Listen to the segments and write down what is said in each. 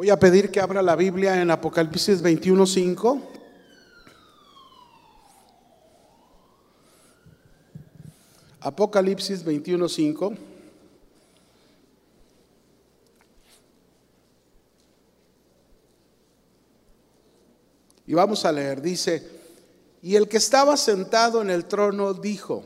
Voy a pedir que abra la Biblia en Apocalipsis 21:5. Apocalipsis 21:5. Y vamos a leer, dice: y el que estaba sentado en el trono dijo: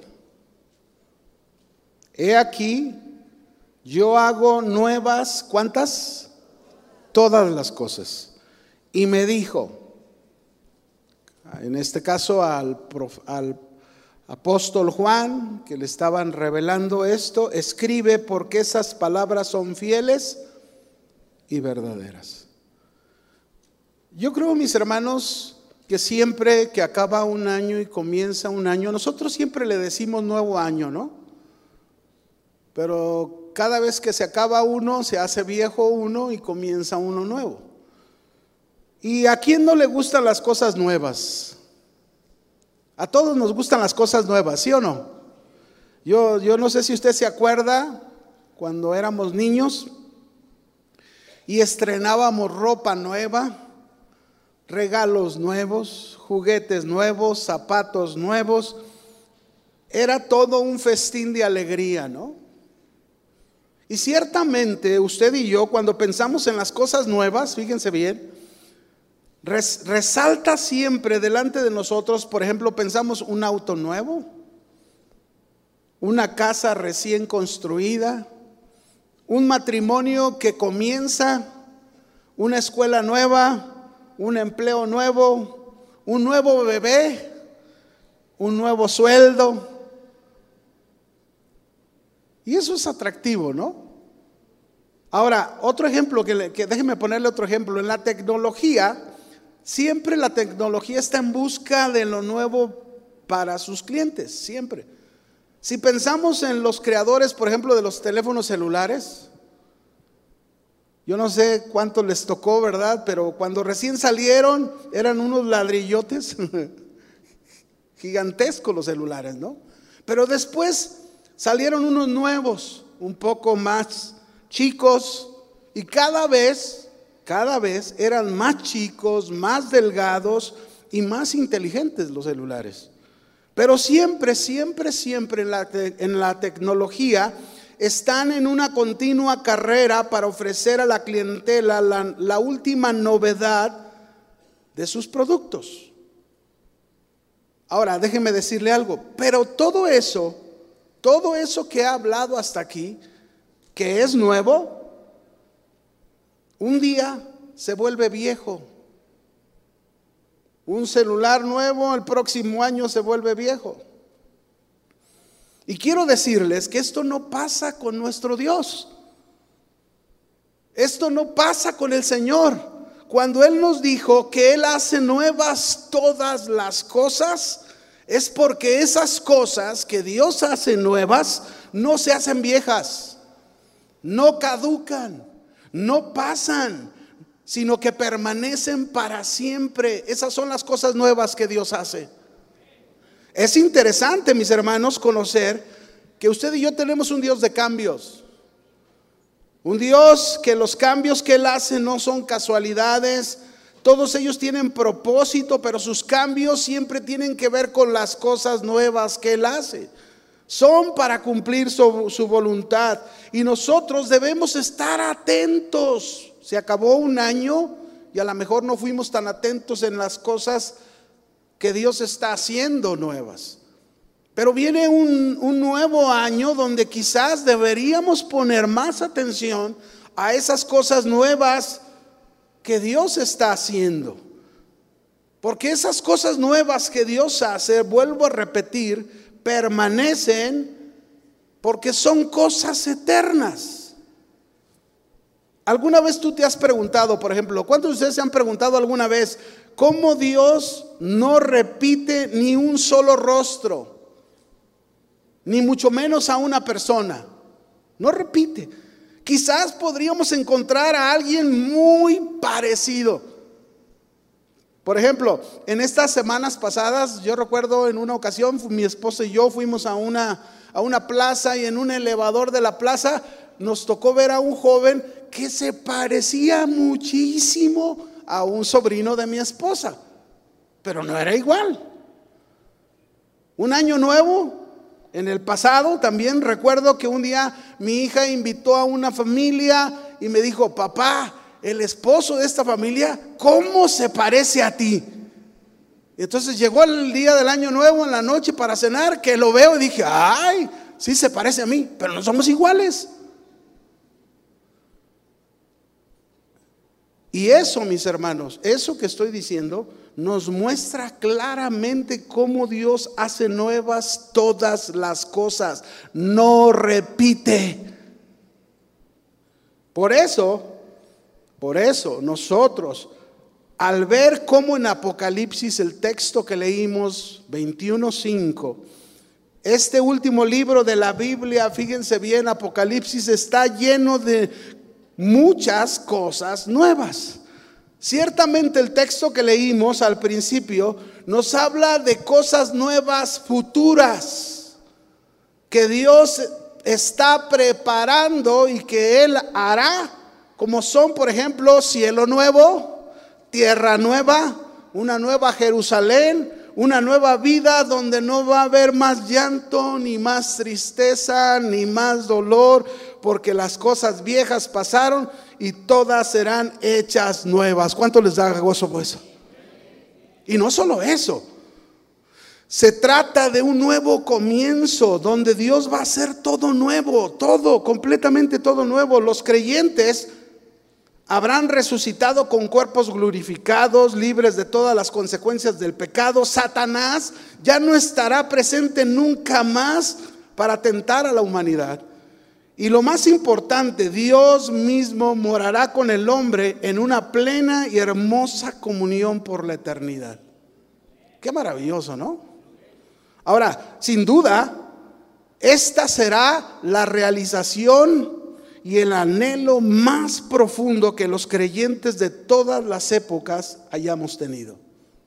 he aquí, yo hago nuevas, ¿cuántas? Todas las cosas. Y me dijo, en este caso al apóstol Juan, que le estaban revelando esto: escribe, porque esas palabras son fieles y verdaderas. Yo creo, mis hermanos, que siempre que acaba un año y comienza un año, nosotros siempre le decimos nuevo año, ¿no? Pero cada vez que se acaba uno, se hace viejo uno y comienza uno nuevo. ¿Y a quién no le gustan las cosas nuevas? A todos nos gustan las cosas nuevas, ¿sí o no? Yo no sé si usted se acuerda cuando éramos niños y estrenábamos ropa nueva, regalos nuevos, juguetes nuevos, zapatos nuevos. Era todo un festín de alegría, ¿no? Y ciertamente usted y yo, cuando pensamos en las cosas nuevas, fíjense bien, resalta siempre delante de nosotros. Por ejemplo, pensamos un auto nuevo, una casa recién construida, un matrimonio que comienza, una escuela nueva, un empleo nuevo, un nuevo bebé, un nuevo sueldo. Y eso es atractivo, ¿no? Ahora, otro ejemplo, que déjeme ponerle otro ejemplo. En la tecnología, siempre la tecnología está en busca de lo nuevo para sus clientes, siempre. Si pensamos en los creadores, por ejemplo, de los teléfonos celulares, yo no sé cuánto les tocó, ¿verdad? Pero cuando recién salieron, eran unos ladrillotes gigantescos los celulares, ¿no? Pero después salieron unos nuevos, un poco más chicos, y cada vez eran más chicos, más delgados y más inteligentes los celulares. Pero siempre en la tecnología están en una continua carrera para ofrecer a la clientela la última novedad de sus productos. Ahora, déjeme decirle algo, pero todo eso que he hablado hasta aquí, que es nuevo, un día se vuelve viejo. Un celular nuevo el próximo año se vuelve viejo. Y quiero decirles que esto no pasa con nuestro Dios. Esto no pasa con el Señor. Cuando Él nos dijo que Él hace nuevas todas las cosas, es porque esas cosas que Dios hace nuevas no se hacen viejas, no caducan, no pasan, sino que permanecen para siempre. Esas son las cosas nuevas que Dios hace. Es interesante, mis hermanos, conocer que usted y yo tenemos un Dios de cambios. Un Dios que los cambios que Él hace no son casualidades. Todos ellos tienen propósito, pero sus cambios siempre tienen que ver con las cosas nuevas que Él hace. Son para cumplir su voluntad. Y nosotros debemos estar atentos. Se acabó un año y a lo mejor no fuimos tan atentos en las cosas que Dios está haciendo nuevas. Pero viene un nuevo año donde quizás deberíamos poner más atención a esas cosas nuevas que Dios está haciendo. Porque esas cosas nuevas que Dios hace, vuelvo a repetir, permanecen porque son cosas eternas. ¿Alguna vez tú te has preguntado, por ejemplo, cuántos de ustedes se han preguntado alguna vez cómo Dios no repite ni un solo rostro, ni mucho menos a una persona? No repite. Quizás podríamos encontrar a alguien muy parecido. Por ejemplo, en estas semanas pasadas, yo recuerdo en una ocasión, mi esposa y yo fuimos a una plaza, y en un elevador de la plaza nos tocó ver a un joven que se parecía muchísimo a un sobrino de mi esposa, pero no era igual. Un año nuevo, en el pasado, también recuerdo que un día mi hija invitó a una familia y me dijo: papá, el esposo de esta familia, ¿cómo se parece a ti? Y entonces llegó el día del año nuevo en la noche para cenar, que lo veo y dije: ay, sí se parece a mí, pero no somos iguales. Y eso, mis hermanos, eso que estoy diciendo nos muestra claramente cómo Dios hace nuevas todas las cosas, no repite. Por eso nosotros, al ver cómo en Apocalipsis, el texto que leímos, 21:5, este último libro de la Biblia, fíjense bien, Apocalipsis está lleno de muchas cosas nuevas. Ciertamente el texto que leímos al principio nos habla de cosas nuevas futuras que Dios está preparando y que Él hará, como son, por ejemplo, cielo nuevo, tierra nueva, una nueva Jerusalén, una nueva vida donde no va a haber más llanto, ni más tristeza, ni más dolor, porque las cosas viejas pasaron y todas serán hechas nuevas. ¿Cuánto les da gozo por eso? Y no solo eso, se trata de un nuevo comienzo donde Dios va a hacer todo nuevo, todo, completamente todo nuevo. Los creyentes habrán resucitado con cuerpos glorificados, libres de todas las consecuencias del pecado. Satanás ya no estará presente nunca más para tentar a la humanidad. Y lo más importante, Dios mismo morará con el hombre en una plena y hermosa comunión por la eternidad. Qué maravilloso, ¿no? Ahora, sin duda, esta será la realización y el anhelo más profundo que los creyentes de todas las épocas hayamos tenido.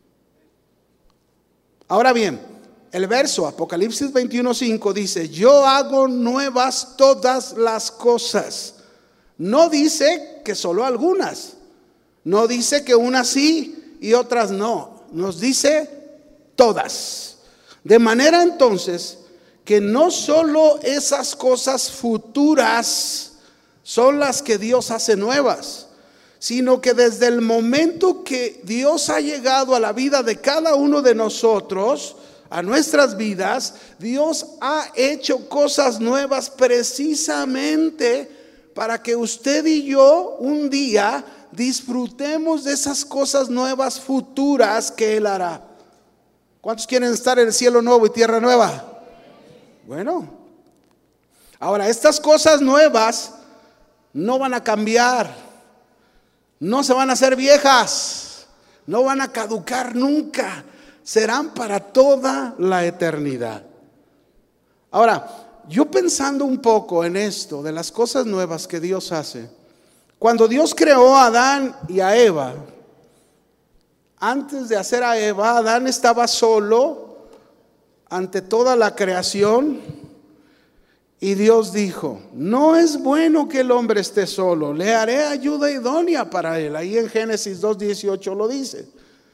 Ahora bien, el verso Apocalipsis 21:5 dice: yo hago nuevas todas las cosas. No dice que solo algunas, no dice que unas sí y otras no, nos dice todas. De manera entonces que no solo esas cosas futuras son las que Dios hace nuevas, sino que desde el momento que Dios ha llegado a la vida de cada uno de nosotros, a nuestras vidas, Dios ha hecho cosas nuevas precisamente para que usted y yo un día disfrutemos de esas cosas nuevas futuras que Él hará. ¿Cuántos quieren estar en el cielo nuevo y tierra nueva? Bueno, ahora estas cosas nuevas no van a cambiar, no se van a hacer viejas, no van a caducar nunca, serán para toda la eternidad. Ahora, yo pensando un poco en esto de las cosas nuevas que Dios hace, cuando Dios creó a Adán y a Eva, antes de hacer a Eva, Adán estaba solo ante toda la creación y Dios dijo: no es bueno que el hombre esté solo, le haré ayuda idónea para él. Ahí en Génesis 2:18 lo dice.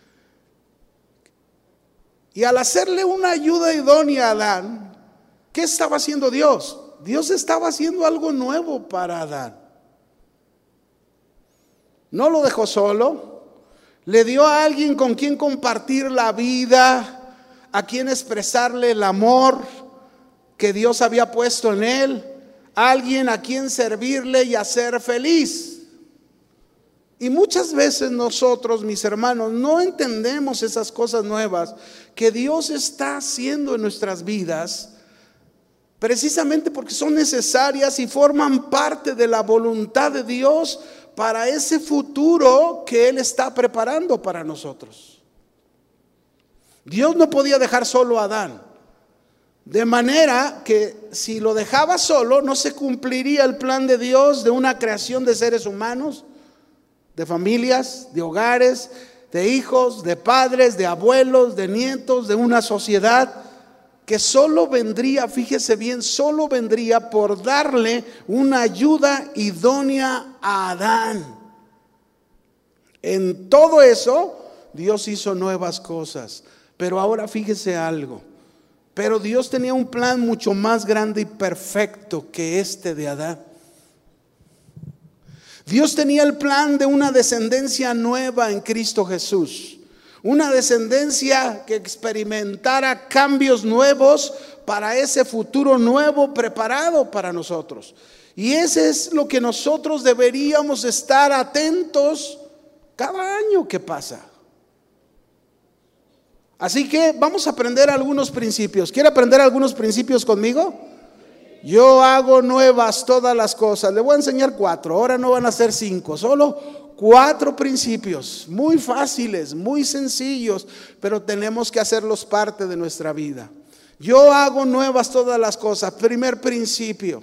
Y al hacerle una ayuda idónea a Adán, ¿qué estaba haciendo Dios? Dios estaba haciendo algo nuevo para Adán. No lo dejó solo, le dio a alguien con quien compartir la vida, a quien expresarle el amor que Dios había puesto en él, alguien a quien servirle y hacer feliz. Y muchas veces nosotros, mis hermanos, no entendemos esas cosas nuevas que Dios está haciendo en nuestras vidas, precisamente porque son necesarias y forman parte de la voluntad de Dios para ese futuro que Él está preparando para nosotros. Dios no podía dejar solo a Adán, de manera que si lo dejaba solo no se cumpliría el plan de Dios de una creación de seres humanos, de familias, de hogares, de hijos, de padres, de abuelos, de nietos, de una sociedad. que solo vendría, fíjese bien, solo vendría por darle una ayuda idónea a Adán. En todo eso, Dios hizo nuevas cosas. Pero ahora fíjese algo. Pero Dios tenía un plan mucho más grande y perfecto que este de Adán. Dios tenía el plan de una descendencia nueva en Cristo Jesús. Una descendencia que experimentara cambios nuevos para ese futuro nuevo preparado para nosotros. Y ese es lo que nosotros deberíamos estar atentos cada año que pasa. Así que vamos a aprender algunos principios. ¿Quiere aprender algunos principios conmigo? Yo hago nuevas todas las cosas. Le voy a enseñar 4. Ahora no van a ser 5, solo 4 principios, muy fáciles, muy sencillos, pero tenemos que hacerlos parte de nuestra vida. Yo hago nuevas todas las cosas. Primer principio.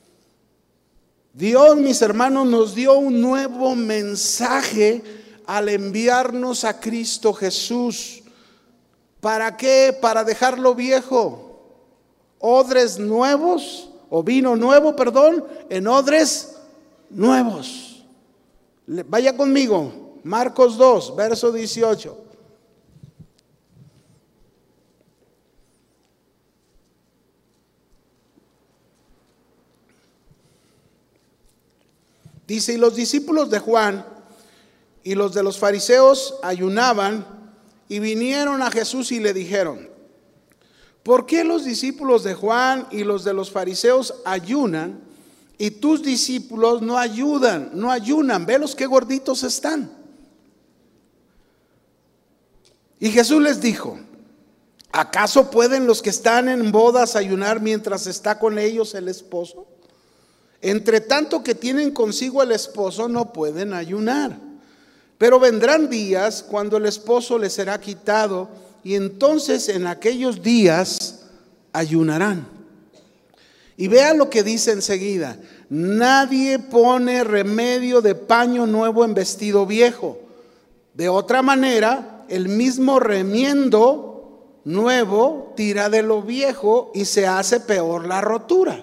Dios, mis hermanos, nos dio un nuevo mensaje al enviarnos a Cristo Jesús. ¿Para qué? Para dejar lo viejo. Odres nuevos, o vino nuevo, perdón, en odres nuevos. Vaya conmigo, Marcos 2, verso 18. Dice: y los discípulos de Juan y los de los fariseos ayunaban y vinieron a Jesús y le dijeron: ¿por qué los discípulos de Juan y los de los fariseos ayunan y tus discípulos no ayunan? Velos qué gorditos están. Y Jesús les dijo: ¿acaso pueden los que están en bodas ayunar mientras está con ellos el esposo? Entre tanto que tienen consigo el esposo, no pueden ayunar. Pero vendrán días cuando el esposo les será quitado, y entonces en aquellos días ayunarán. Y vea lo que dice enseguida: nadie pone remedio de paño nuevo en vestido viejo. De otra manera, el mismo remiendo nuevo tira de lo viejo y se hace peor la rotura.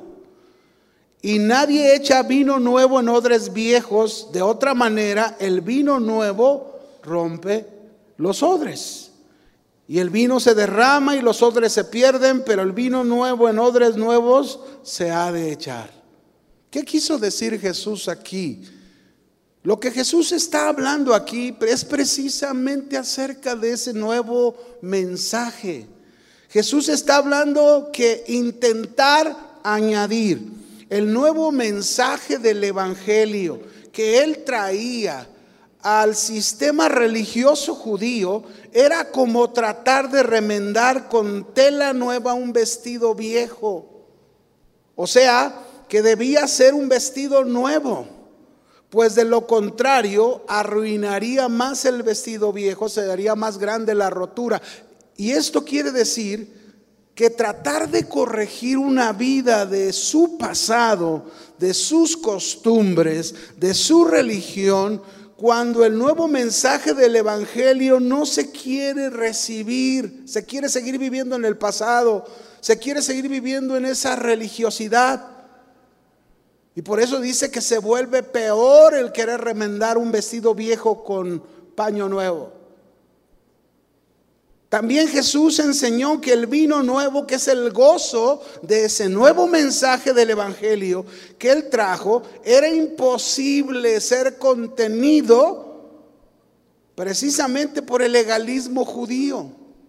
Y nadie echa vino nuevo en odres viejos. De otra manera, el vino nuevo rompe los odres. Y el vino se derrama y los odres se pierden, pero el vino nuevo en odres nuevos se ha de echar. ¿Qué quiso decir Jesús aquí? Lo que Jesús está hablando aquí es precisamente acerca de ese nuevo mensaje. Jesús está hablando que intentar añadir el nuevo mensaje del evangelio que él traía al sistema religioso judío era como tratar de remendar con tela nueva un vestido viejo. O sea, que debía ser un vestido nuevo, pues de lo contrario arruinaría más el vestido viejo, se daría más grande la rotura. Y esto quiere decir que tratar de corregir una vida de su pasado, de sus costumbres, de su religión, cuando el nuevo mensaje del evangelio no se quiere recibir, se quiere seguir viviendo en el pasado, se quiere seguir viviendo en esa religiosidad. Y por eso dice que se vuelve peor el querer remendar un vestido viejo con paño nuevo. También Jesús enseñó que el vino nuevo, que es el gozo de ese nuevo mensaje del evangelio que él trajo, era imposible ser contenido precisamente por el legalismo judío,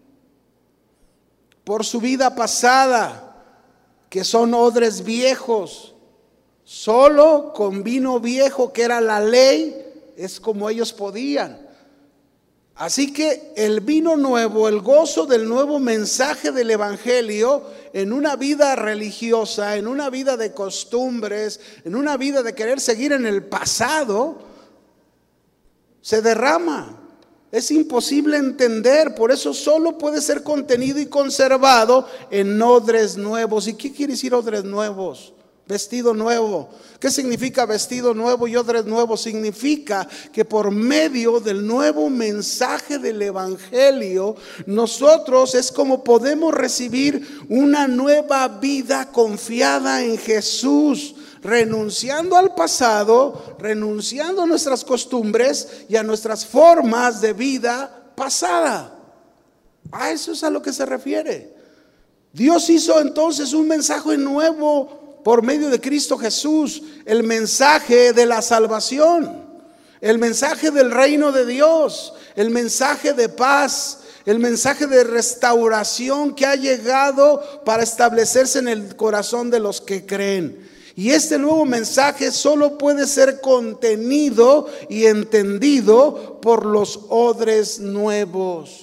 por su vida pasada, que son odres viejos. Solo con vino viejo, que era la ley, es como ellos podían. Así que el vino nuevo, el gozo del nuevo mensaje del evangelio en una vida religiosa, en una vida de costumbres, en una vida de querer seguir en el pasado, se derrama. Es imposible entender, por eso solo puede ser contenido y conservado en odres nuevos. ¿Y qué quiere decir odres nuevos? Vestido nuevo. ¿Qué significa vestido nuevo y odres nuevos? Significa que por medio del nuevo mensaje del Evangelio, nosotros es como podemos recibir una nueva vida confiada en Jesús, renunciando al pasado, renunciando a nuestras costumbres y a nuestras formas de vida pasada. A eso es a lo que se refiere. Dios hizo entonces un mensaje nuevo por medio de Cristo Jesús, el mensaje de la salvación, el mensaje del reino de Dios, el mensaje de paz, el mensaje de restauración que ha llegado para establecerse en el corazón de los que creen. Y este nuevo mensaje solo puede ser contenido y entendido por los odres nuevos.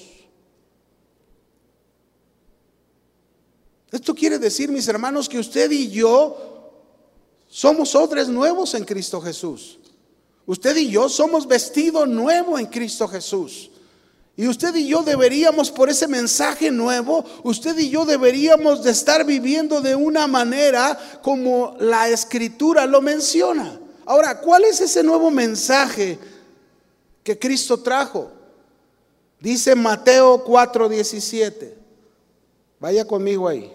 Esto quiere decir, mis hermanos, que usted y yo somos odres nuevos en Cristo Jesús. Usted y yo somos vestido nuevo en Cristo Jesús. Y usted y yo deberíamos, por ese mensaje nuevo, usted y yo deberíamos de estar viviendo de una manera como la Escritura lo menciona. Ahora, ¿cuál es ese nuevo mensaje que Cristo trajo? Dice Mateo 4:17. Vaya conmigo ahí.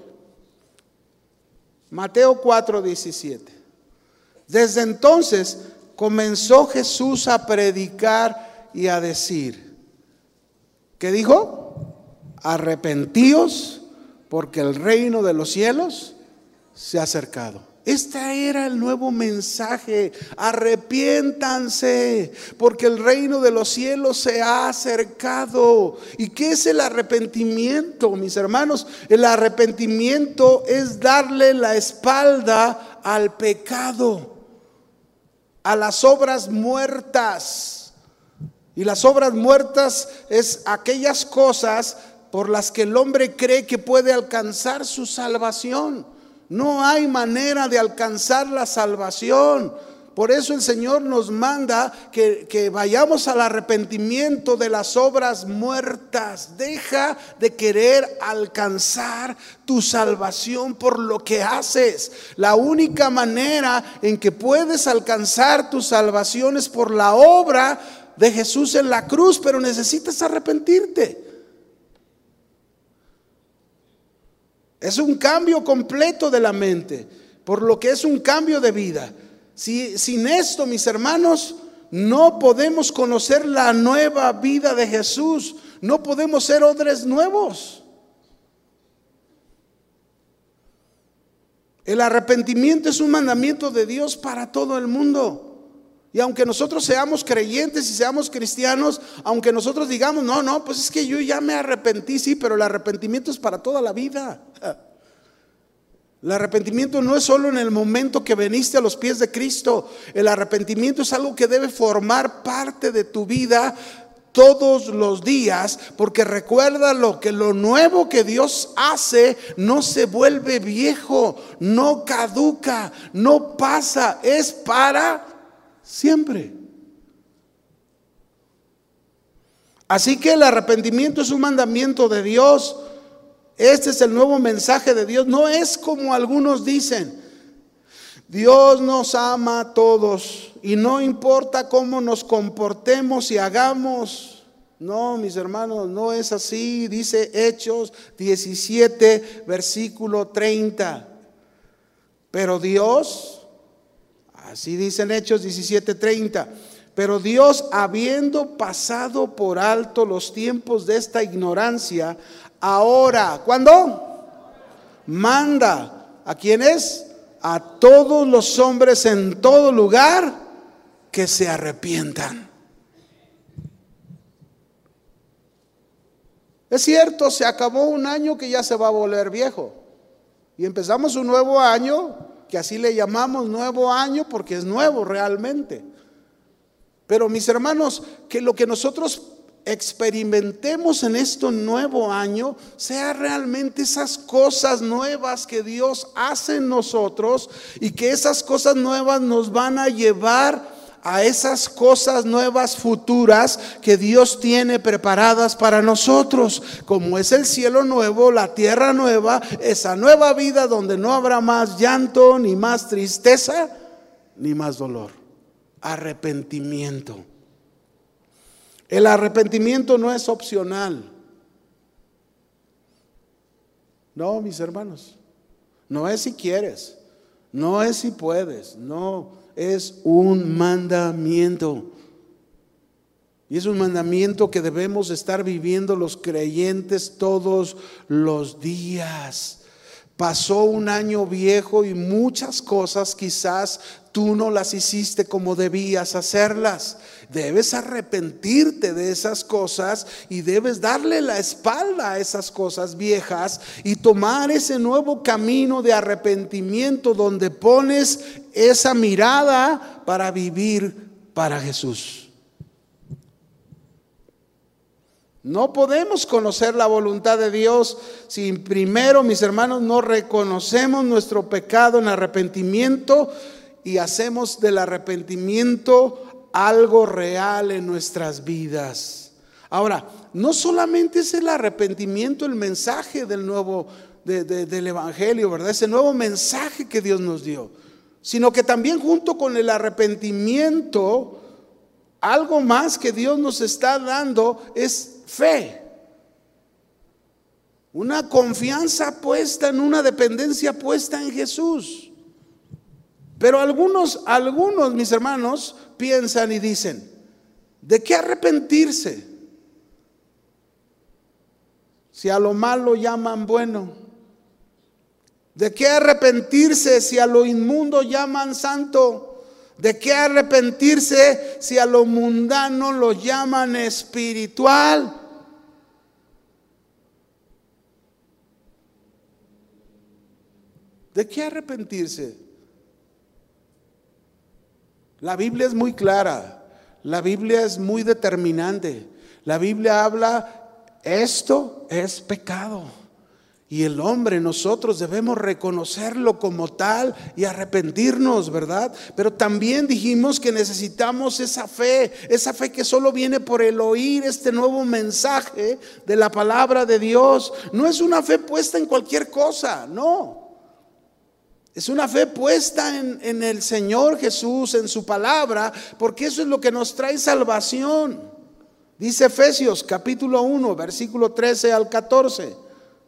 Mateo 4:17. Desde entonces comenzó Jesús a predicar y a decir, ¿qué dijo? Arrepentíos, porque el reino de los cielos se ha acercado. Este era el nuevo mensaje. Arrepiéntanse, porque el reino de los cielos se ha acercado. ¿Y qué es el arrepentimiento, mis hermanos? El arrepentimiento es darle la espalda al pecado, a las obras muertas. Y las obras muertas es aquellas cosas por las que el hombre cree que puede alcanzar su salvación. No hay manera de alcanzar la salvación. Por eso el Señor nos manda que vayamos al arrepentimiento de las obras muertas. Deja de querer alcanzar tu salvación por lo que haces. La única manera en que puedes alcanzar tu salvación es por la obra de Jesús en la cruz, pero necesitas arrepentirte. Es un cambio completo de la mente, por lo que es un cambio de vida. Sin esto, mis hermanos, no podemos conocer la nueva vida de Jesús. No podemos ser odres nuevos. El arrepentimiento es un mandamiento de Dios para todo el mundo. Y aunque nosotros seamos creyentes y seamos cristianos, aunque nosotros digamos, no, pues es que yo ya me arrepentí, sí, pero el arrepentimiento es para toda la vida. El arrepentimiento no es solo en el momento que veniste a los pies de Cristo. El arrepentimiento es algo que debe formar parte de tu vida todos los días, porque recuerda que lo nuevo que Dios hace no se vuelve viejo, no caduca, no pasa, es para siempre. Así que el arrepentimiento es un mandamiento de Dios. Este es el nuevo mensaje de Dios. No es como algunos dicen. Dios nos ama a todos y no importa cómo nos comportemos y hagamos. No, mis hermanos, no es así. Dice Hechos 17, versículo 30. Pero Dios, así dicen Hechos 17:30. Pero Dios, habiendo pasado por alto los tiempos de esta ignorancia, ahora, ¿cuándo? Manda. ¿A quiénes? A todos los hombres en todo lugar que se arrepientan. Es cierto, se acabó un año que ya se va a volver viejo. Y empezamos un nuevo año, que así le llamamos nuevo año porque es nuevo realmente. Pero mis hermanos, que lo que nosotros experimentemos en este nuevo año sea realmente esas cosas nuevas que Dios hace en nosotros, y que esas cosas nuevas nos van a llevar a esas cosas nuevas futuras que Dios tiene preparadas para nosotros, como es el cielo nuevo, la tierra nueva, esa nueva vida donde no habrá más llanto, ni más tristeza, ni más dolor. Arrepentimiento. El arrepentimiento no es opcional. No, mis hermanos, no es si quieres, no es si puedes, no, es un mandamiento. Y es un mandamiento que debemos estar viviendo los creyentes todos los días. Pasó un año viejo y muchas cosas quizás tú no las hiciste como debías hacerlas. Debes arrepentirte de esas cosas y debes darle la espalda a esas cosas viejas y tomar ese nuevo camino de arrepentimiento donde pones esa mirada para vivir para Jesús. No podemos conocer la voluntad de Dios si primero, mis hermanos, no reconocemos nuestro pecado en arrepentimiento y hacemos del arrepentimiento algo real en nuestras vidas. Ahora, no solamente es el arrepentimiento el mensaje del nuevo del evangelio, ¿verdad? Ese nuevo mensaje que Dios nos dio, sino que también junto con el arrepentimiento, algo más que Dios nos está dando es fe. Una confianza puesta en una dependencia puesta en Jesús. Pero algunos, mis hermanos, piensan y dicen: ¿de qué arrepentirse? Si a lo malo llaman bueno. ¿De qué arrepentirse si a lo inmundo llaman santo? ¿De qué arrepentirse si a lo mundano lo llaman espiritual? ¿De qué arrepentirse? La Biblia es muy clara, la Biblia es muy determinante. La Biblia habla: esto es pecado. Y el hombre, nosotros debemos reconocerlo como tal y arrepentirnos, ¿verdad? Pero también dijimos que necesitamos esa fe que solo viene por el oír este nuevo mensaje de la palabra de Dios. No es una fe puesta en cualquier cosa, no. Es una fe puesta en el Señor Jesús, en su palabra, porque eso es lo que nos trae salvación. Dice Efesios capítulo 1, versículo 13 al 14.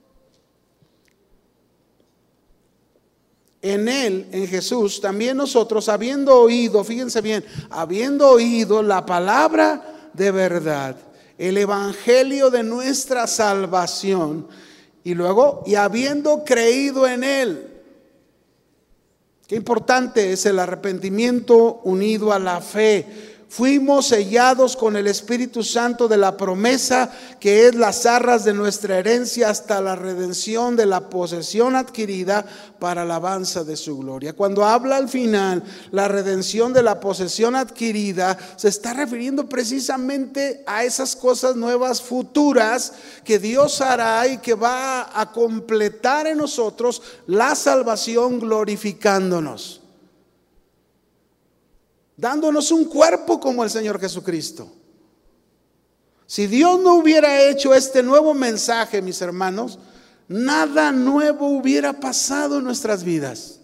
En Él, en Jesús, también nosotros, habiendo oído, fíjense bien, habiendo oído la palabra de verdad, el evangelio de nuestra salvación, y luego, y habiendo creído en Él. Qué importante es el arrepentimiento unido a la fe. Fuimos sellados con el Espíritu Santo de la promesa, que es las arras de nuestra herencia hasta la redención de la posesión adquirida para alabanza de su gloria. Cuando habla al final la redención de la posesión adquirida, se está refiriendo precisamente a esas cosas nuevas futuras que Dios hará y que va a completar en nosotros la salvación, glorificándonos, dándonos un cuerpo como el Señor Jesucristo. Si Dios no hubiera hecho este nuevo mensaje, mis hermanos, nada nuevo hubiera pasado en nuestras vidas.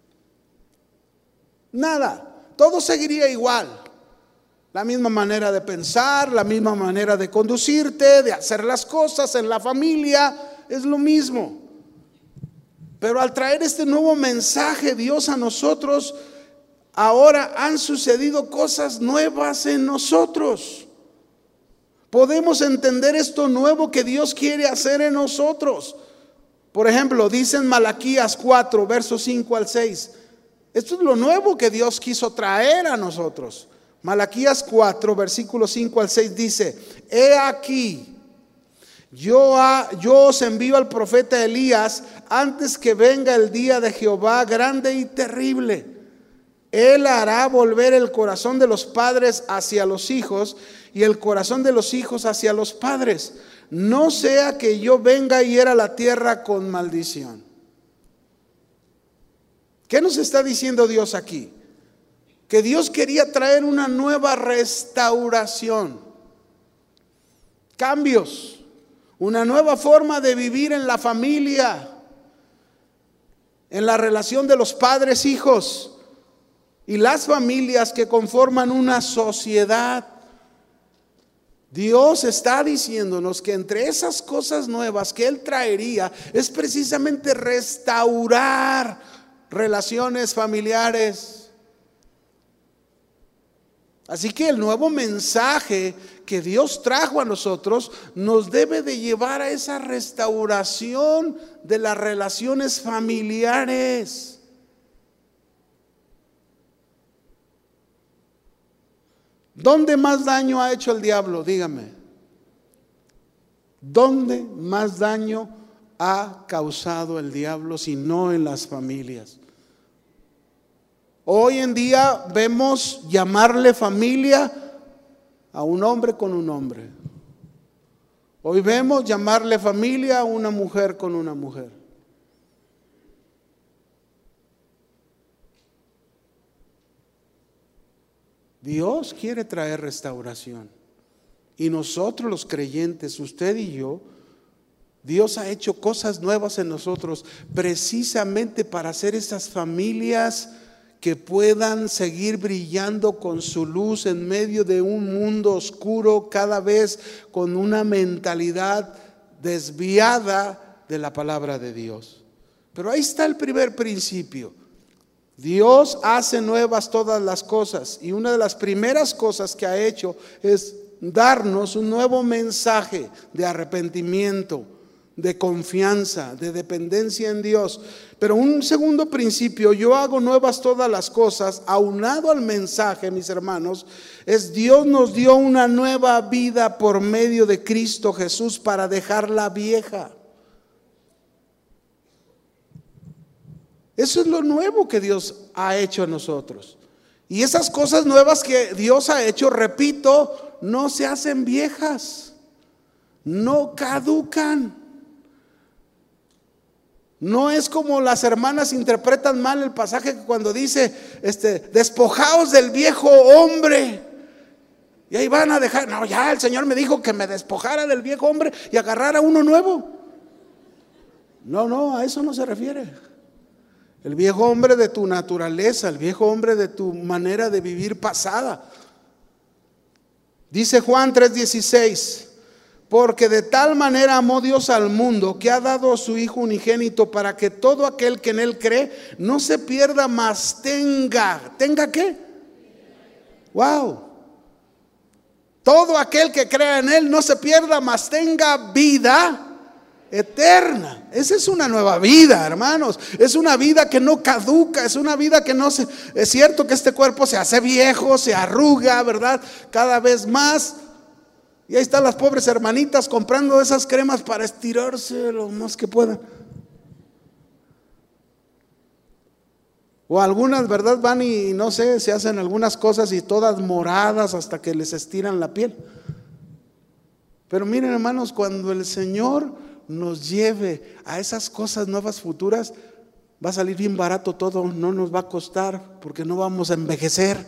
Nada, todo seguiría igual. La misma manera de pensar, la misma manera de conducirte, de hacer las cosas en la familia, es lo mismo. Pero al traer este nuevo mensaje Dios a nosotros, ahora han sucedido cosas nuevas en nosotros. Podemos entender esto nuevo que Dios quiere hacer en nosotros. Por ejemplo, dice en Malaquías 4, versos 5 al 6. Esto es lo nuevo que Dios quiso traer a nosotros. Malaquías 4, versículos 5 al 6 dice: he aquí, yo os envío al profeta Elías antes que venga el día de Jehová grande y terrible. Él hará volver el corazón de los padres hacia los hijos y el corazón de los hijos hacia los padres, no sea que yo venga y hiera la tierra con maldición. ¿Qué nos está diciendo Dios aquí? que Dios quería traer una nueva restauración, cambios, una nueva forma de vivir en la familia, en la relación de los padres, hijos y las familias que conforman una sociedad. Dios está diciéndonos que entre esas cosas nuevas que Él traería es precisamente restaurar relaciones familiares. Así que el nuevo mensaje que Dios trajo a nosotros nos debe de llevar a esa restauración de las relaciones familiares. ¿Dónde más daño ha hecho el diablo? Dígame. ¿Dónde más daño ha causado el diablo si no en las familias? Hoy en día vemos llamarle familia a un hombre con un hombre. Hoy vemos llamarle familia a una mujer con una mujer. Dios quiere traer restauración. Y nosotros los creyentes, usted y yo, Dios ha hecho cosas nuevas en nosotros precisamente para hacer esas familias que puedan seguir brillando con su luz en medio de un mundo oscuro, cada vez con una mentalidad desviada de la palabra de Dios. Pero ahí está el primer principio. Dios hace nuevas todas las cosas, y una de las primeras cosas que ha hecho es darnos un nuevo mensaje de arrepentimiento, de confianza, de dependencia en Dios. Pero un segundo principio, yo hago nuevas todas las cosas, aunado al mensaje, mis hermanos, es Dios nos dio una nueva vida por medio de Cristo Jesús para dejar la vieja. Eso es lo nuevo que Dios ha hecho en nosotros. Y esas cosas nuevas que Dios ha hecho, repito, no se hacen viejas, no caducan. No es como las hermanas interpretan mal el pasaje cuando dice, despojaos del viejo hombre. Y ahí van a dejar, no, ya el Señor me dijo que me despojara del viejo hombre y agarrara uno nuevo. No, a eso no se refiere. El viejo hombre de tu naturaleza, el viejo hombre de tu manera de vivir pasada. Dice Juan 3:16, porque de tal manera amó Dios al mundo que ha dado a su Hijo unigénito para que todo aquel que en Él cree no se pierda, mas ¿tenga qué? Wow. Todo aquel que crea en Él no se pierda, mas tenga vida eterna. Esa es una nueva vida, hermanos. Es una vida que no caduca, es una vida que no se... Es cierto que este cuerpo se hace viejo, se arruga, ¿verdad? Cada vez más. Y ahí están las pobres hermanitas comprando esas cremas para estirarse lo más que puedan. O algunas, ¿verdad? Van y no sé, se hacen algunas cosas y todas moradas hasta que les estiran la piel. Pero miren, hermanos, cuando el Señor nos lleve a esas cosas nuevas futuras, va a salir bien barato todo, no nos va a costar porque no vamos a envejecer.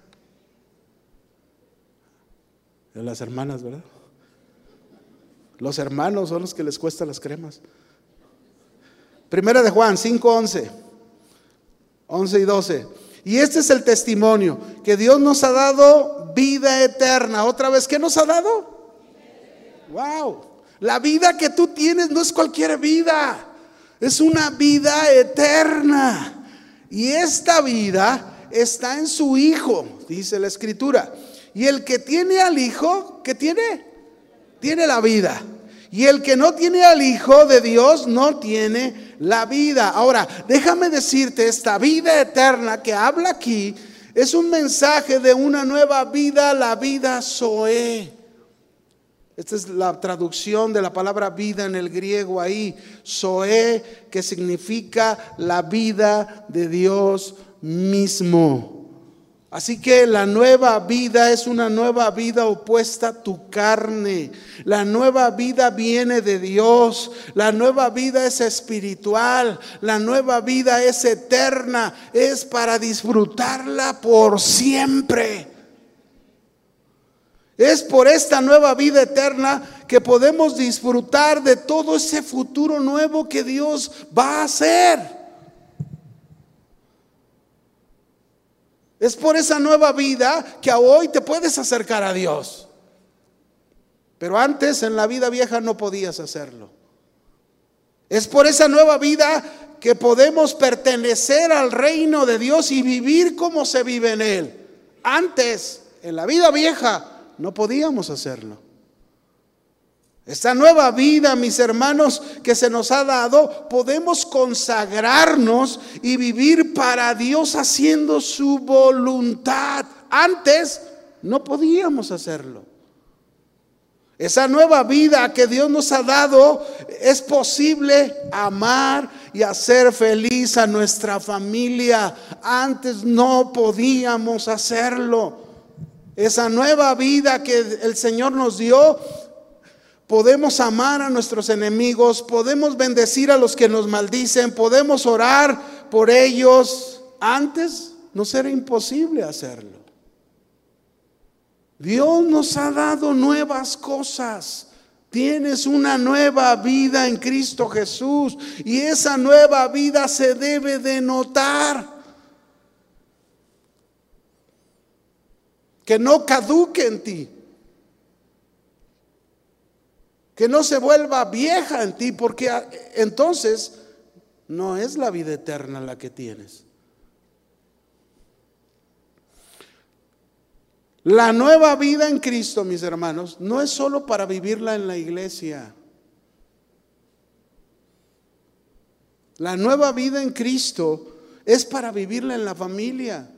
De las hermanas, ¿verdad? Los hermanos son los que les cuestan las cremas. Primera de Juan 5:11, 11 y 12. Y este es el testimonio, que Dios nos ha dado vida eterna. Otra vez, ¿qué nos ha dado? Wow. La vida que tú tienes no es cualquier vida, es una vida eterna. Y esta vida está en su Hijo, dice la Escritura. Y el que tiene al Hijo, ¿qué tiene? Tiene la vida. Y el que no tiene al Hijo de Dios no tiene la vida. Ahora, déjame decirte, esta vida eterna que habla aquí es un mensaje de una nueva vida, la vida Zoe. Esta es la traducción de la palabra vida en el griego ahí, Zoe, que significa la vida de Dios mismo. Así que la nueva vida es una nueva vida opuesta a tu carne. La nueva vida viene de Dios. La nueva vida es espiritual. La nueva vida es eterna. Es para disfrutarla por siempre. Es por esta nueva vida eterna que podemos disfrutar de todo ese futuro nuevo que Dios va a hacer. Es por esa nueva vida que hoy te puedes acercar a Dios. Pero antes en la vida vieja no podías hacerlo. Es por esa nueva vida que podemos pertenecer al reino de Dios y vivir como se vive en Él. Antes, en la vida vieja, no podíamos hacerlo. Esta nueva vida, mis hermanos, que se nos ha dado, podemos consagrarnos y vivir para Dios haciendo su voluntad. Antes no podíamos hacerlo. Esa nueva vida que Dios nos ha dado, es posible amar y hacer feliz a nuestra familia. Antes no podíamos hacerlo. Esa nueva vida que el Señor nos dio, podemos amar a nuestros enemigos, podemos bendecir a los que nos maldicen, podemos orar por ellos. Antes nos era imposible hacerlo. Dios nos ha dado nuevas cosas. Tienes una nueva vida en Cristo Jesús y esa nueva vida se debe de notar. Que no caduque en ti. Que no se vuelva vieja en ti, porque entonces no es la vida eterna la que tienes. La nueva vida en Cristo, mis hermanos, no es solo para vivirla en la iglesia. La nueva vida en Cristo es para vivirla en la familia.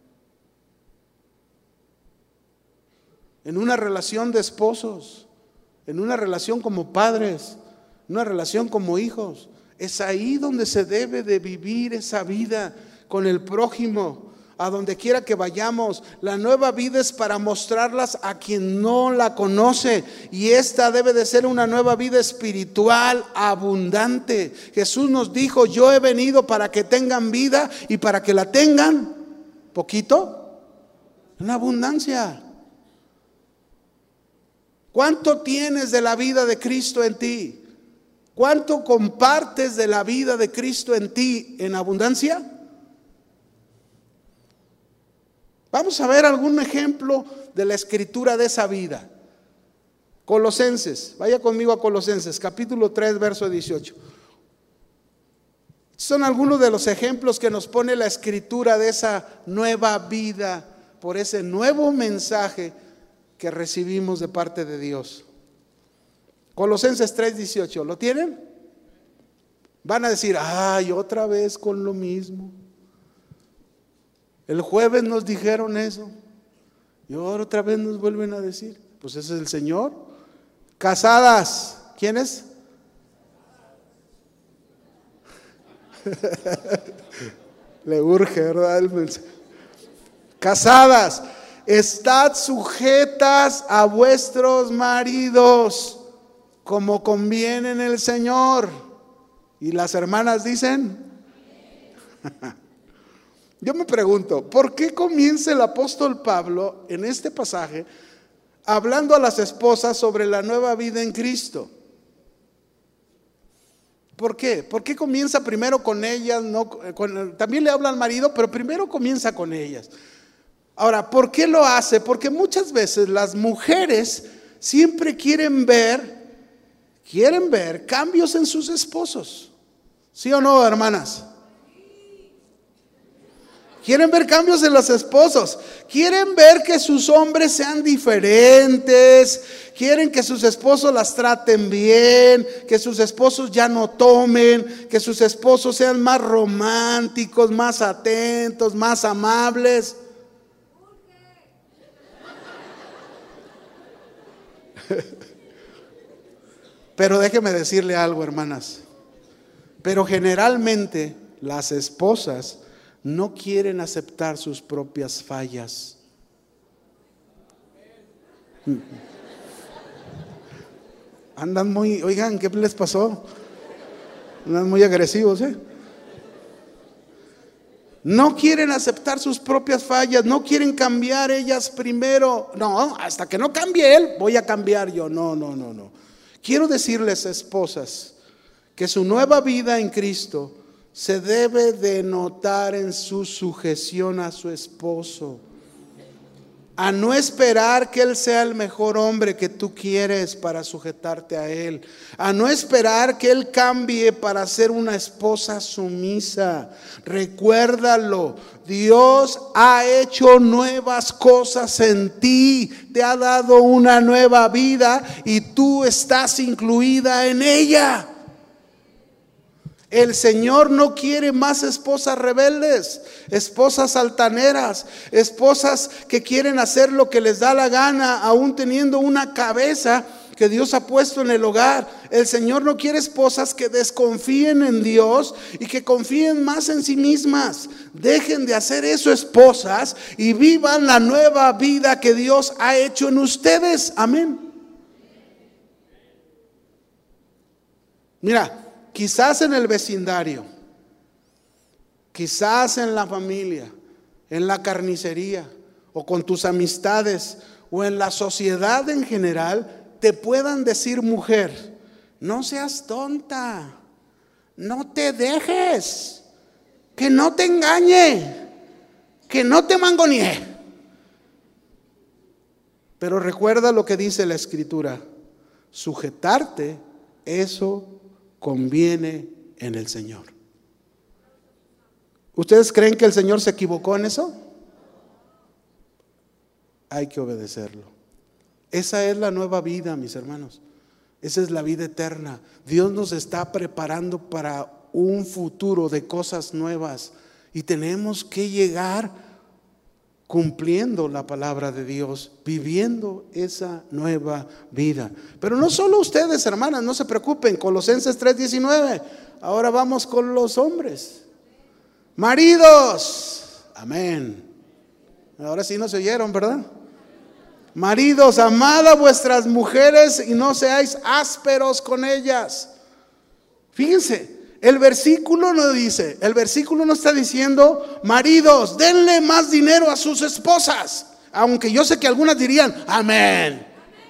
En una relación de esposos, en una relación como padres, en una relación como hijos. Es ahí donde se debe de vivir esa vida con el prójimo, a donde quiera que vayamos. La nueva vida es para mostrarlas a quien no la conoce, y esta debe de ser una nueva vida espiritual abundante. Jesús nos dijo: yo he venido para que tengan vida y para que la tengan poquito, en abundancia. ¿Cuánto tienes de la vida de Cristo en ti? ¿Cuánto compartes de la vida de Cristo en ti en abundancia? Vamos a ver algún ejemplo de la escritura de esa vida. Colosenses, vaya conmigo a Colosenses, capítulo 3, verso 18. Son algunos de los ejemplos que nos pone la escritura de esa nueva vida por ese nuevo mensaje que recibimos de parte de Dios. Colosenses 3:18, ¿lo tienen? Van a decir: ay, otra vez con lo mismo. El jueves nos dijeron eso y ahora otra vez nos vuelven a decir. Pues ese es el Señor. Casadas, ¿quiénes? Le urge, ¿verdad? Casadas, estad sujetas a vuestros maridos como conviene en el Señor. Y las hermanas dicen: yo me pregunto, ¿por qué comienza el apóstol Pablo en este pasaje hablando a las esposas sobre la nueva vida en Cristo? ¿Por qué? ¿Por qué comienza primero con ellas? También le habla al marido, pero primero comienza con ellas. Ahora, ¿por qué lo hace? Porque muchas veces las mujeres siempre quieren ver cambios en sus esposos. ¿Sí o no, hermanas? Quieren ver cambios en los esposos. Quieren ver que sus hombres sean diferentes. Quieren que sus esposos las traten bien, que sus esposos ya no tomen, que sus esposos sean más románticos, más atentos, más amables. Pero déjeme decirle algo, hermanas. Pero generalmente las esposas no quieren aceptar sus propias fallas. Andan muy, oigan, ¿qué les pasó? Andan muy agresivos, ¿eh? No quieren aceptar sus propias fallas, no quieren cambiar ellas primero. No, hasta que no cambie él, voy a cambiar yo. No. Quiero decirles, esposas, que su nueva vida en Cristo se debe de notar en su sujeción a su esposo. A no esperar que él sea el mejor hombre que tú quieres para sujetarte a él. A no esperar que él cambie para ser una esposa sumisa. Recuérdalo, Dios ha hecho nuevas cosas en ti. Te ha dado una nueva vida y tú estás incluida en ella. El Señor no quiere más esposas rebeldes, esposas altaneras, esposas que quieren hacer lo que les da la gana, aún teniendo una cabeza que Dios ha puesto en el hogar. El Señor no quiere esposas que desconfíen en Dios y que confíen más en sí mismas. Dejen de hacer eso, esposas, y vivan la nueva vida que Dios ha hecho en ustedes. Amén. Mira, quizás en el vecindario, quizás en la familia, en la carnicería o con tus amistades o en la sociedad en general, te puedan decir, mujer, no seas tonta, no te dejes, que no te engañe, que no te mangonee. Pero recuerda lo que dice la Escritura: sujetarte, eso conviene en el Señor. ¿Ustedes creen que el Señor se equivocó en eso? Hay que obedecerlo. Esa es la nueva vida, mis hermanos. Esa es la vida eterna. Dios nos está preparando para un futuro de cosas nuevas y tenemos que llegar cumpliendo la palabra de Dios, viviendo esa nueva vida. Pero no solo ustedes, hermanas, no se preocupen. Colosenses 3:19. Ahora vamos con los hombres. Maridos, amén. Ahora sí no se oyeron, ¿verdad? Maridos, amad a vuestras mujeres y no seáis ásperos con ellas. Fíjense, el versículo no dice, el versículo no está diciendo, maridos, denle más dinero a sus esposas. Aunque yo sé que algunas dirían, amén.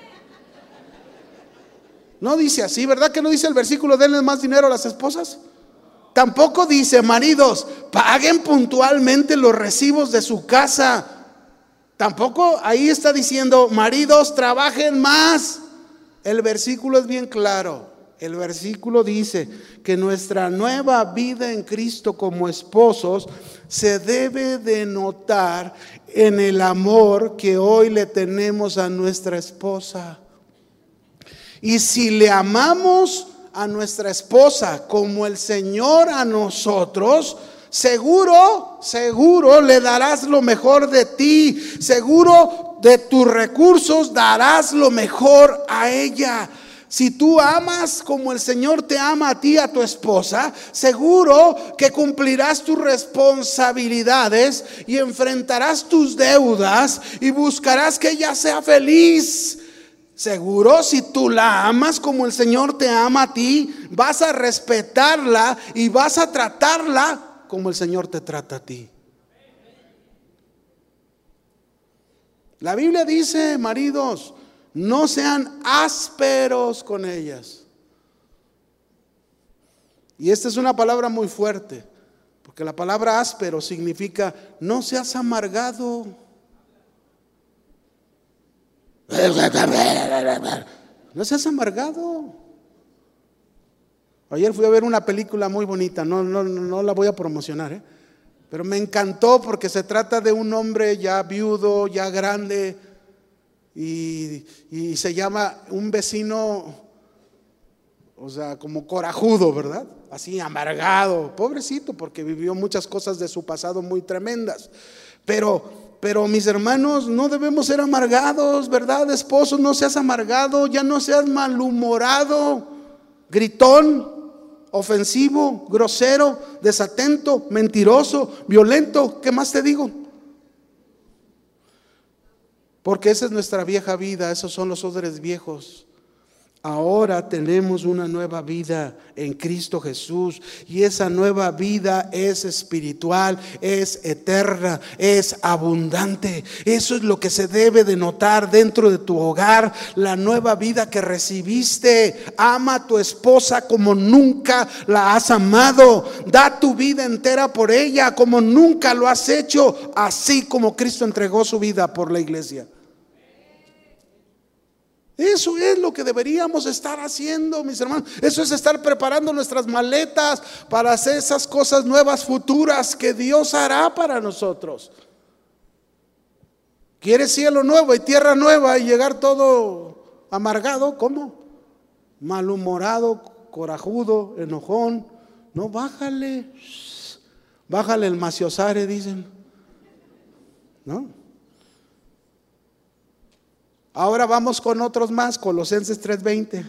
No dice así, ¿verdad que no dice el versículo, denle más dinero a las esposas? Tampoco dice, maridos, paguen puntualmente los recibos de su casa. Tampoco ahí está diciendo, maridos, trabajen más. El versículo es bien claro. El versículo dice que nuestra nueva vida en Cristo como esposos se debe de notar en el amor que hoy le tenemos a nuestra esposa. Y si le amamos a nuestra esposa como el Señor a nosotros, seguro le darás lo mejor de ti. Seguro de tus recursos darás lo mejor a ella. Si tú amas como el Señor te ama a ti, a tu esposa, seguro que cumplirás tus responsabilidades y enfrentarás tus deudas y buscarás que ella sea feliz. Seguro, si tú la amas como el Señor te ama a ti, vas a respetarla y vas a tratarla como el Señor te trata a ti. La Biblia dice, maridos, no sean ásperos con ellas. Y esta es una palabra muy fuerte, porque la palabra áspero significa no seas amargado. No seas amargado. Ayer fui a ver una película muy bonita, no la voy a promocionar, pero me encantó porque se trata de un hombre ya viudo, ya grande, y se llama Un vecino, o sea, como corajudo, ¿verdad? Así amargado, pobrecito, porque vivió muchas cosas de su pasado muy tremendas. Pero mis hermanos, no debemos ser amargados, ¿verdad? Esposos, no seas amargado, ya no seas malhumorado, gritón ofensivo, grosero, desatento, mentiroso, violento. ¿Qué más te digo? Porque esa es nuestra vieja vida, esos son los odres viejos. Ahora tenemos una nueva vida en Cristo Jesús, y esa nueva vida es espiritual, es eterna, es abundante. Eso es lo que se debe de notar dentro de tu hogar, la nueva vida que recibiste. Ama a tu esposa como nunca la has amado. Da tu vida entera por ella como nunca lo has hecho, así como Cristo entregó su vida por la iglesia. Eso es lo que deberíamos estar haciendo, mis hermanos. Eso es estar preparando nuestras maletas para hacer esas cosas nuevas, futuras, que Dios hará para nosotros. ¿Quieres cielo nuevo y tierra nueva y llegar todo amargado? ¿Cómo? Malhumorado, corajudo, enojón. No, bájale. Bájale el maciosare, dicen. ¿No? Ahora vamos con otros más, Colosenses 3:20.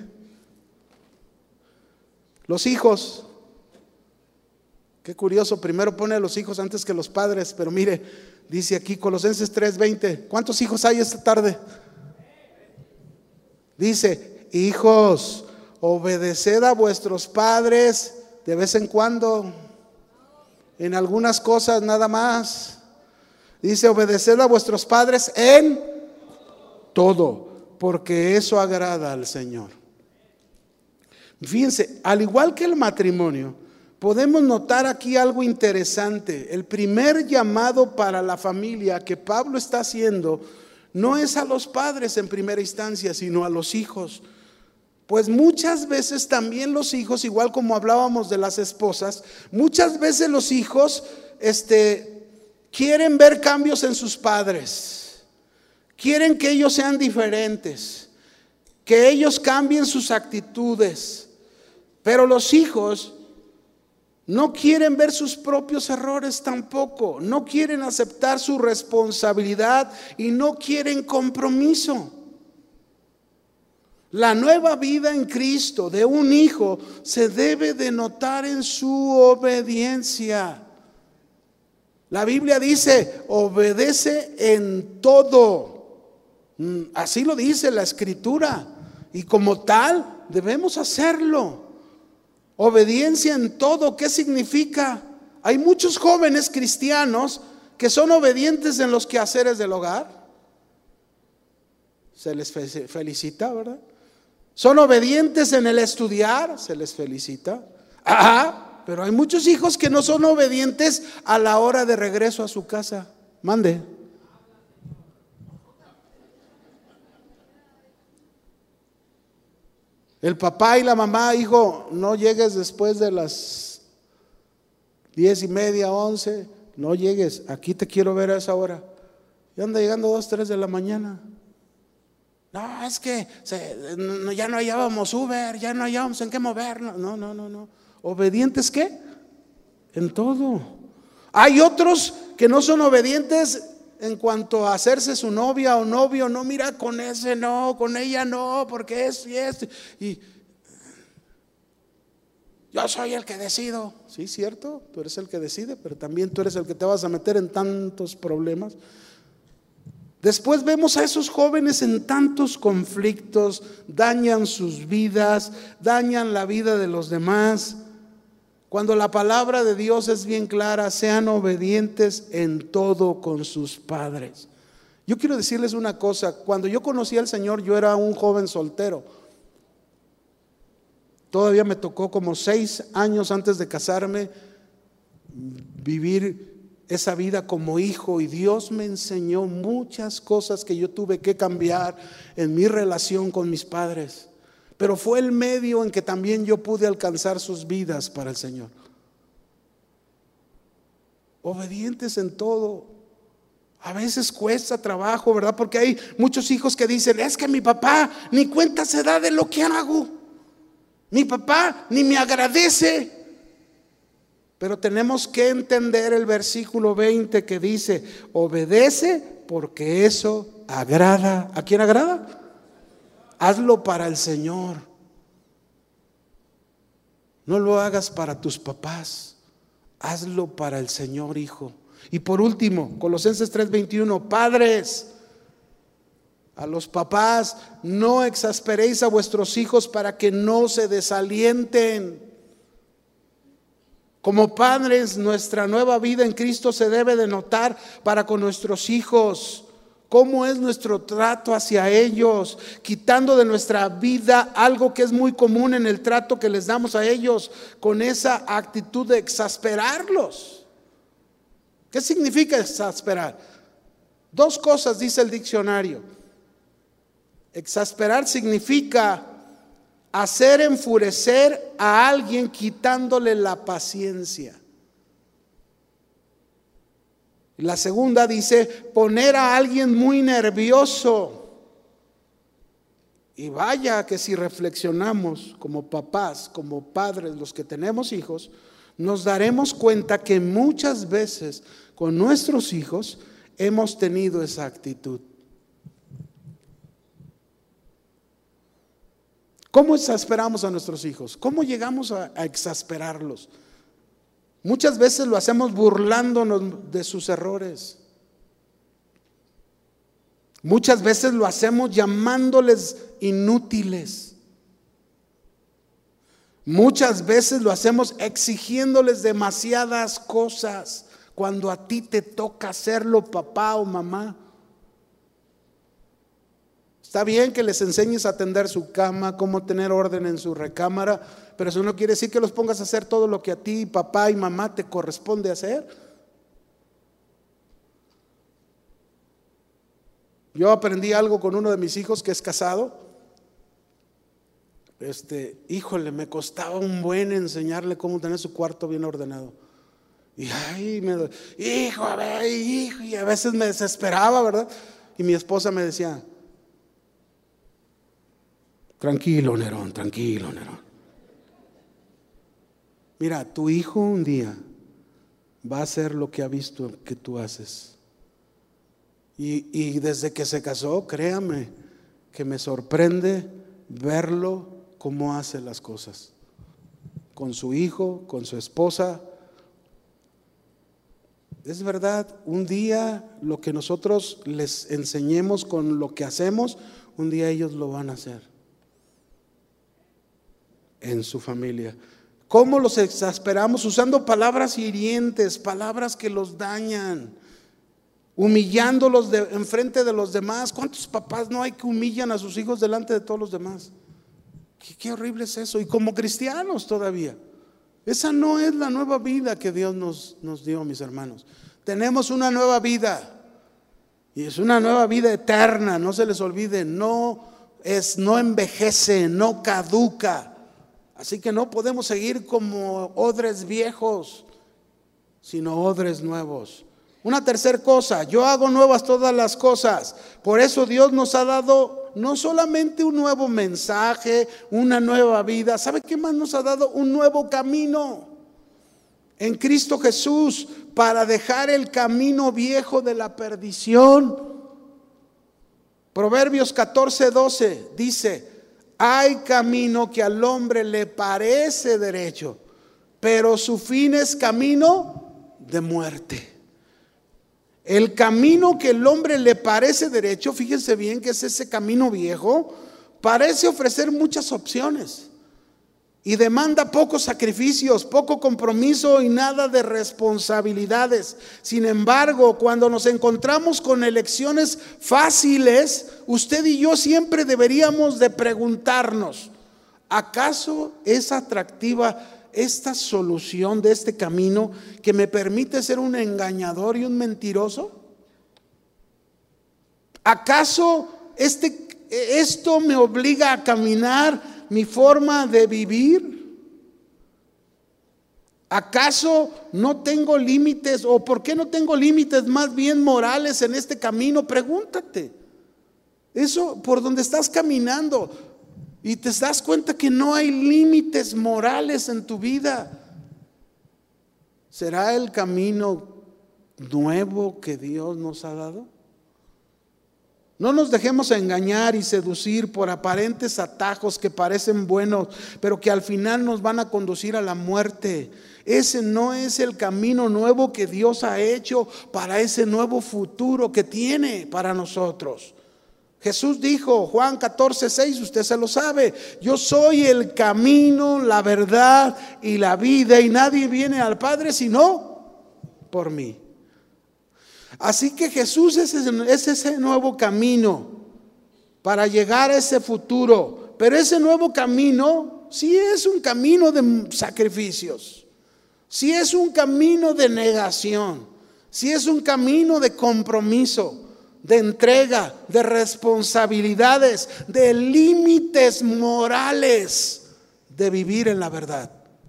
Los hijos. Qué curioso, primero pone a los hijos antes que los padres, pero mire, dice aquí Colosenses 3:20. ¿Cuántos hijos hay esta tarde? Dice, hijos, obedeced a vuestros padres de vez en cuando, en algunas cosas nada más. Dice, obedeced a vuestros padres en todo, porque eso agrada al Señor. Fíjense, al igual que el matrimonio, podemos notar aquí algo interesante. El primer llamado para la familia que Pablo está haciendo no es a los padres en primera instancia, sino a los hijos. Pues muchas veces también los hijos, igual como hablábamos de las esposas, muchas veces los hijos quieren ver cambios en sus padres. Quieren que ellos sean diferentes, que ellos cambien sus actitudes. Pero los hijos no quieren ver sus propios errores tampoco. No quieren aceptar su responsabilidad y no quieren compromiso. La nueva vida en Cristo de un hijo se debe de notar en su obediencia. La Biblia dice, obedece en todo. Así lo dice la Escritura, y como tal debemos hacerlo. Obediencia en todo. ¿Qué significa? Hay muchos jóvenes cristianos que son obedientes en los quehaceres del hogar. Se les felicita, ¿verdad? Son obedientes en el estudiar, se les felicita. Pero hay muchos hijos que no son obedientes a la hora de regreso a su casa. Mande. El papá y la mamá, hijo, no llegues después de las 10:30, 11, no llegues, aquí te quiero ver a esa hora. Y anda llegando 2, 3 de la mañana. No, es que ya no hallábamos Uber, ya no hallábamos en qué movernos. No. ¿Obedientes qué? En todo. Hay otros que no son obedientes en cuanto a hacerse su novia o novio. No, mira, con ese no, con ella no, porque es y es. Y yo soy el que decido. Sí, cierto, tú eres el que decide, pero también tú eres el que te vas a meter en tantos problemas. Después vemos a esos jóvenes en tantos conflictos, dañan sus vidas, dañan la vida de los demás. Cuando la palabra de Dios es bien clara, sean obedientes en todo con sus padres. Yo quiero decirles una cosa, cuando yo conocí al Señor, yo era un joven soltero. Todavía me tocó como 6 años antes de casarme vivir esa vida como hijo, y Dios me enseñó muchas cosas que yo tuve que cambiar en mi relación con mis padres. Pero fue el medio en que también yo pude alcanzar sus vidas para el Señor. Obedientes en todo. A veces cuesta trabajo, ¿verdad? Porque hay muchos hijos que dicen, es que mi papá ni cuenta se da de lo que hago. Mi papá ni me agradece. Pero tenemos que entender el versículo 20 que dice, obedece porque eso agrada. ¿A quién agrada? Hazlo para el Señor. No lo hagas para tus papás, hazlo para el Señor, hijo. Y por último, Colosenses 3:21, padres, a los papás, no exasperéis a vuestros hijos para que no se desalienten. Como padres, nuestra nueva vida en Cristo se debe de notar para con nuestros hijos. ¿Cómo es nuestro trato hacia ellos? Quitando de nuestra vida algo que es muy común en el trato que les damos a ellos, con esa actitud de exasperarlos. ¿Qué significa exasperar? Dos cosas dice el diccionario. Exasperar significa hacer enfurecer a alguien quitándole la paciencia. La segunda dice poner a alguien muy nervioso. Y vaya que si reflexionamos como papás, como padres, los que tenemos hijos, nos daremos cuenta que muchas veces con nuestros hijos hemos tenido esa actitud. ¿Cómo exasperamos a nuestros hijos? ¿Cómo llegamos a exasperarlos? Muchas veces lo hacemos burlándonos de sus errores. Muchas veces lo hacemos llamándoles inútiles. Muchas veces lo hacemos exigiéndoles demasiadas cosas cuando a ti te toca hacerlo, papá o mamá. Está bien que les enseñes a tender su cama, cómo tener orden en su recámara, pero eso no quiere decir que los pongas a hacer todo lo que a ti, papá y mamá, te corresponde hacer. Yo aprendí algo con uno de mis hijos que es casado. Híjole, me costaba un buen enseñarle cómo tener su cuarto bien ordenado. Y hijo, a ver, hijo, y a veces me desesperaba, ¿verdad? Y mi esposa me decía: tranquilo, Nerón, tranquilo, Nerón. Mira, tu hijo un día va a hacer lo que ha visto que tú haces. Y desde que se casó, créame que me sorprende verlo cómo hace las cosas. Con su hijo, con su esposa. Es verdad, un día lo que nosotros les enseñemos con lo que hacemos, un día ellos lo van a hacer en su familia. ¿Cómo los exasperamos? Usando palabras hirientes, palabras que los dañan, humillándolos enfrente de los demás. ¿Cuántos papás no hay que humillan a sus hijos delante de todos los demás? Qué horrible es eso. Y como cristianos todavía. Esa no es la nueva vida que Dios nos dio, mis hermanos. Tenemos una nueva vida. Y es una nueva vida eterna. No se les olvide. No envejece, no caduca. Así que no podemos seguir como odres viejos, sino odres nuevos. Una tercera cosa: yo hago nuevas todas las cosas. Por eso Dios nos ha dado no solamente un nuevo mensaje, una nueva vida. ¿Sabe qué más nos ha dado? Un nuevo camino en Cristo Jesús, para dejar el camino viejo de la perdición. Proverbios 14:12 dice: hay camino que al hombre le parece derecho, pero su fin es camino de muerte. El camino que el hombre le parece derecho, fíjense bien que es ese camino viejo, parece ofrecer muchas opciones y demanda pocos sacrificios, poco compromiso y nada de responsabilidades. Sin embargo, cuando nos encontramos con elecciones fáciles, usted y yo siempre deberíamos de preguntarnos: ¿acaso es atractiva esta solución de este camino que me permite ser un engañador y un mentiroso? ¿Acaso esto me obliga a caminar mi forma de vivir? ¿Acaso no tengo límites? ¿O por qué no tengo límites más bien morales en este camino? Pregúntate eso por donde estás caminando y te das cuenta que no hay límites morales en tu vida. ¿Será el camino nuevo que Dios nos ha dado? No nos dejemos engañar y seducir por aparentes atajos que parecen buenos, pero que al final nos van a conducir a la muerte. Ese no es el camino nuevo que Dios ha hecho para ese nuevo futuro que tiene para nosotros. Jesús dijo, Juan 14:6, usted se lo sabe: yo soy el camino, la verdad y la vida, y nadie viene al Padre sino por mí. Así que Jesús es ese nuevo camino para llegar a ese futuro. Pero ese nuevo camino sí es un camino de sacrificios, sí es un camino de negación, sí es un camino de compromiso, de entrega, de responsabilidades, de límites morales, de vivir en la verdad.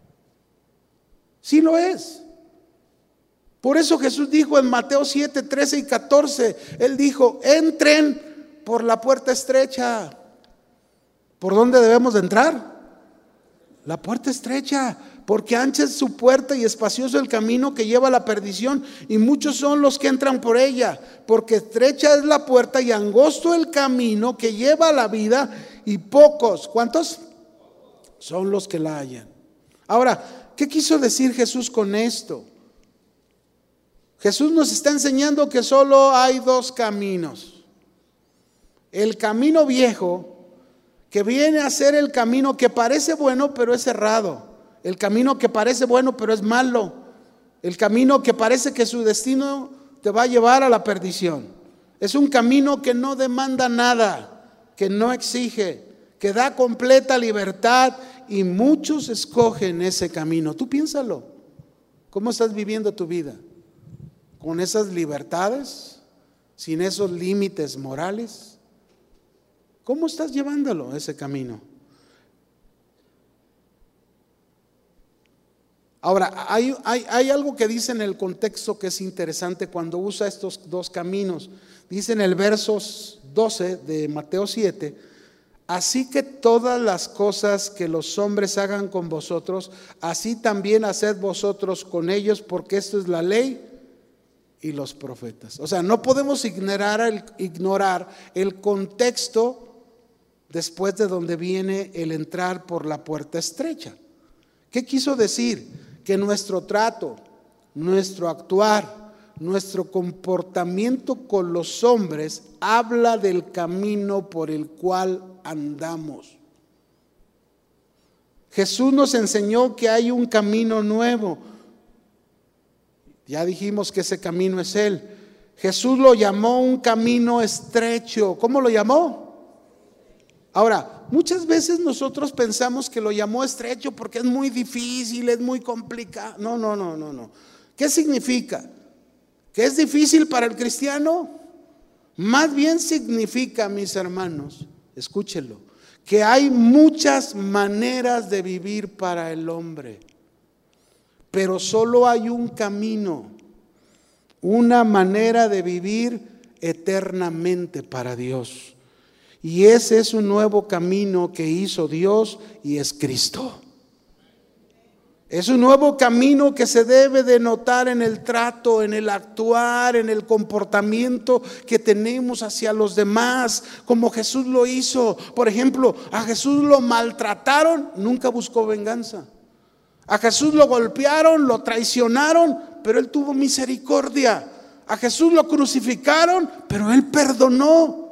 Sí lo es. Por eso Jesús dijo en Mateo 7, 13 y 14, Él dijo: entren por la puerta estrecha. ¿Por dónde debemos de entrar? La puerta estrecha, porque ancha es su puerta y espacioso el camino que lleva a la perdición, y muchos son los que entran por ella. Porque estrecha es la puerta y angosto el camino que lleva a la vida, y pocos, ¿cuántos? Son los que la hallan. Ahora, ¿qué quiso decir Jesús con esto? Jesús nos está enseñando que solo hay dos caminos. El camino viejo, que viene a ser el camino que parece bueno pero es errado. El camino que parece bueno pero es malo. El camino que parece que su destino te va a llevar a la perdición. Es un camino que no demanda nada, que no exige, que da completa libertad, y muchos escogen ese camino. Tú piénsalo. ¿Cómo estás viviendo tu vida? ¿Con esas libertades? ¿Sin esos límites morales? ¿Cómo estás llevándolo ese camino? Ahora, hay algo que dice en el contexto que es interesante cuando usa estos dos caminos. Dice en el verso 12 de Mateo 7: así que todas las cosas que los hombres hagan con vosotros, así también haced vosotros con ellos, porque esto es la ley y los profetas. O sea, no podemos ignorar el contexto después de donde viene el entrar por la puerta estrecha. ¿Qué quiso decir? Que nuestro trato, nuestro actuar, nuestro comportamiento con los hombres habla del camino por el cual andamos. Jesús nos enseñó que hay un camino nuevo. Ya dijimos que ese camino es Él. Jesús lo llamó un camino estrecho. ¿Cómo lo llamó? Ahora, muchas veces nosotros pensamos que lo llamó estrecho porque es muy difícil, es muy complicado. No. ¿Qué significa? ¿Que es difícil para el cristiano? Más bien significa, mis hermanos, escúchenlo, que hay muchas maneras de vivir para el hombre. Pero solo hay un camino, una manera de vivir eternamente para Dios. Y ese es un nuevo camino que hizo Dios, y es Cristo. Es un nuevo camino que se debe de notar en el trato, en el actuar, en el comportamiento que tenemos hacia los demás, como Jesús lo hizo. Por ejemplo, a Jesús lo maltrataron, nunca buscó venganza. A Jesús lo golpearon, lo traicionaron, pero Él tuvo misericordia. A Jesús lo crucificaron, pero Él perdonó.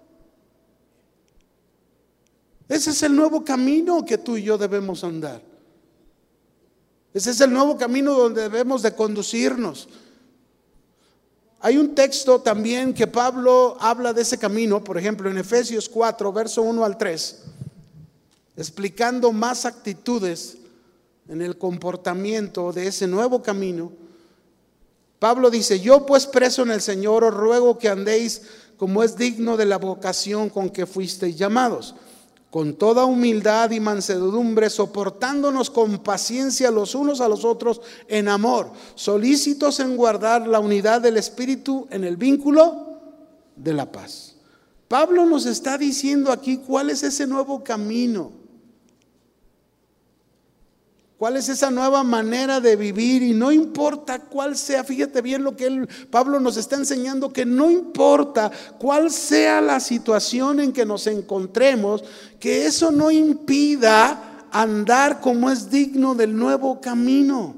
Ese es el nuevo camino que tú y yo debemos andar. Ese es el nuevo camino donde debemos de conducirnos. Hay un texto también que Pablo habla de ese camino, por ejemplo en Efesios 4, verso 1 al 3, explicando más actitudes en el comportamiento de ese nuevo camino. Pablo dice: yo pues preso en el Señor os ruego que andéis como es digno de la vocación con que fuisteis llamados, con toda humildad y mansedumbre, soportándonos con paciencia los unos a los otros en amor, solícitos en guardar la unidad del Espíritu en el vínculo de la paz. Pablo nos está diciendo aquí cuál es ese nuevo camino. ¿Cuál es esa nueva manera de vivir? Y no importa cuál sea, fíjate bien lo que Pablo nos está enseñando, que no importa cuál sea la situación en que nos encontremos, que eso no impida andar como es digno del nuevo camino.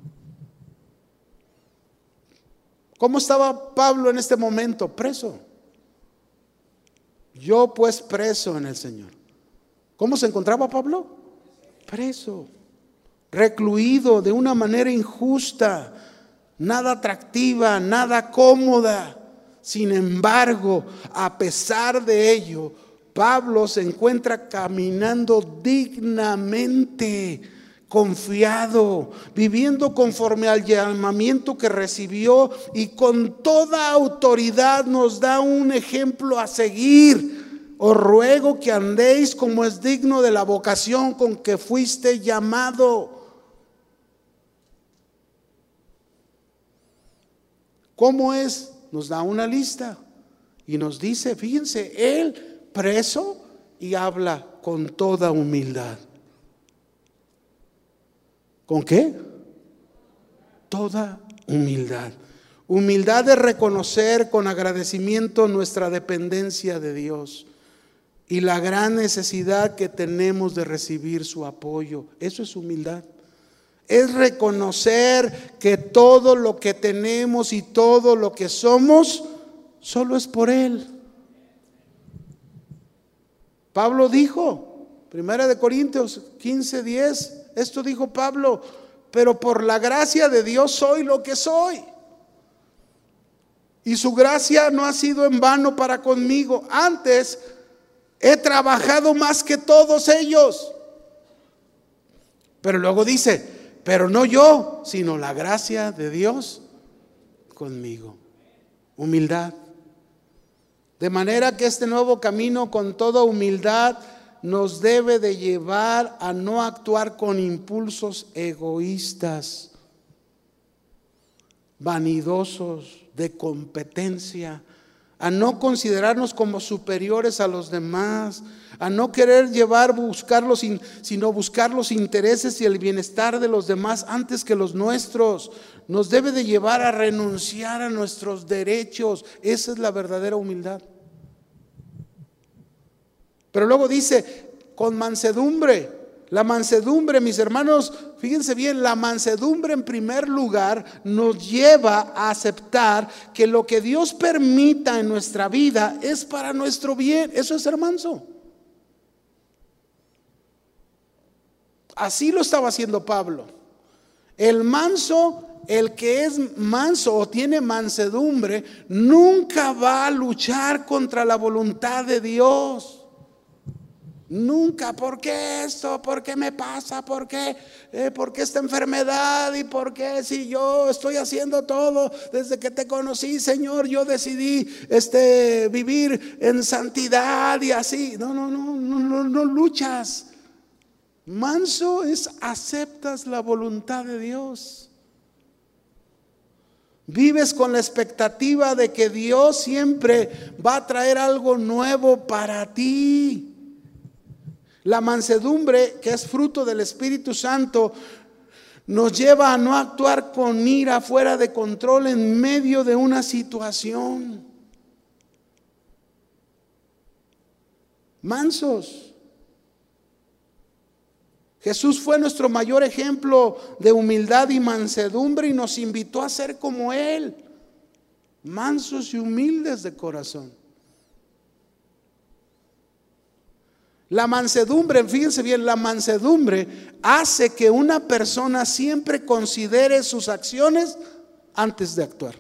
¿Cómo estaba Pablo en este momento? Preso. Yo pues preso en el Señor. ¿Cómo se encontraba Pablo? Preso, recluido de una manera injusta, nada atractiva, nada cómoda. Sin embargo, a pesar de ello, Pablo se encuentra caminando dignamente, confiado, viviendo conforme al llamamiento que recibió, y con toda autoridad nos da un ejemplo a seguir. Os ruego que andéis como es digno de la vocación con que fuiste llamado. ¿Cómo es? Nos da una lista y nos dice, fíjense, él preso y habla con toda humildad. ¿Con qué? Toda humildad. Humildad de reconocer con agradecimiento nuestra dependencia de Dios y la gran necesidad que tenemos de recibir su apoyo. Eso es humildad. Es reconocer que todo lo que tenemos y todo lo que somos solo es por Él. Pablo dijo, 1 Corintios 15:10, esto dijo Pablo: pero por la gracia de Dios soy lo que soy. Y su gracia no ha sido en vano para conmigo. Antes he trabajado más que todos ellos. Pero luego dice, pero no yo, sino la gracia de Dios conmigo. Humildad. De manera que este nuevo camino, con toda humildad, nos debe de llevar a no actuar con impulsos egoístas, vanidosos, de competencia, a no considerarnos como superiores a los demás, a no querer sino buscar los intereses y el bienestar de los demás antes que los nuestros. Nos debe de llevar a renunciar a nuestros derechos. Esa es la verdadera humildad. Pero luego dice, con mansedumbre. La mansedumbre, mis hermanos, fíjense bien, la mansedumbre en primer lugar nos lleva a aceptar que lo que Dios permita en nuestra vida es para nuestro bien. Eso es ser manso. Así lo estaba haciendo Pablo. El manso, el que es manso o tiene mansedumbre, nunca va a luchar contra la voluntad de Dios. Nunca. ¿Por qué esto? ¿Por qué me pasa? ¿Por qué esta enfermedad? ¿Y por qué si yo estoy haciendo todo desde que te conocí, Señor? Yo decidí vivir en santidad y así. No luchas. Manso es aceptas la voluntad de Dios. Vives con la expectativa de que Dios siempre va a traer algo nuevo para ti. La mansedumbre, que es fruto del Espíritu Santo, nos lleva a no actuar con ira fuera de control en medio de una situación. Mansos. Jesús fue nuestro mayor ejemplo de humildad y mansedumbre y nos invitó a ser como Él, mansos y humildes de corazón. La mansedumbre, fíjense bien, la mansedumbre hace que una persona siempre considere sus acciones antes de actuar.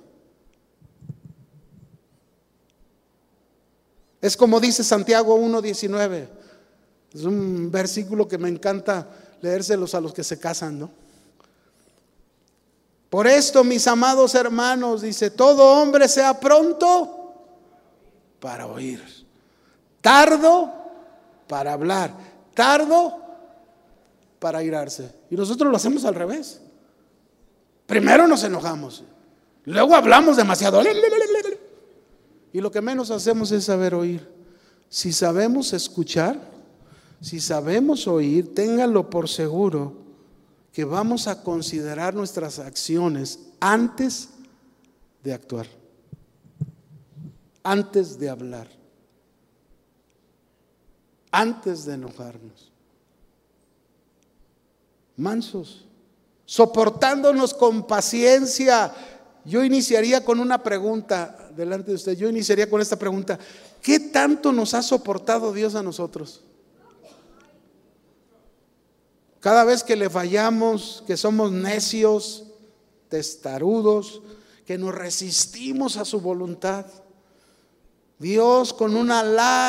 Es como dice Santiago 1:19. Es un versículo que me encanta leérselos a los que se casan, ¿no? Por esto, mis amados hermanos, dice, todo hombre sea pronto para oír, tardo para hablar, tardo para airarse. Y nosotros lo hacemos al revés. Primero nos enojamos, luego hablamos demasiado, y lo que menos hacemos es saber oír. Si sabemos escuchar, si sabemos oír, ténganlo por seguro que vamos a considerar nuestras acciones antes de actuar, antes de hablar, antes de enojarnos. Mansos, soportándonos con paciencia. Yo iniciaría con una pregunta delante de usted. Yo iniciaría con esta pregunta: ¿qué tanto nos ha soportado Dios a nosotros? Cada vez que le fallamos, que somos necios, testarudos, que nos resistimos a su voluntad, Dios con una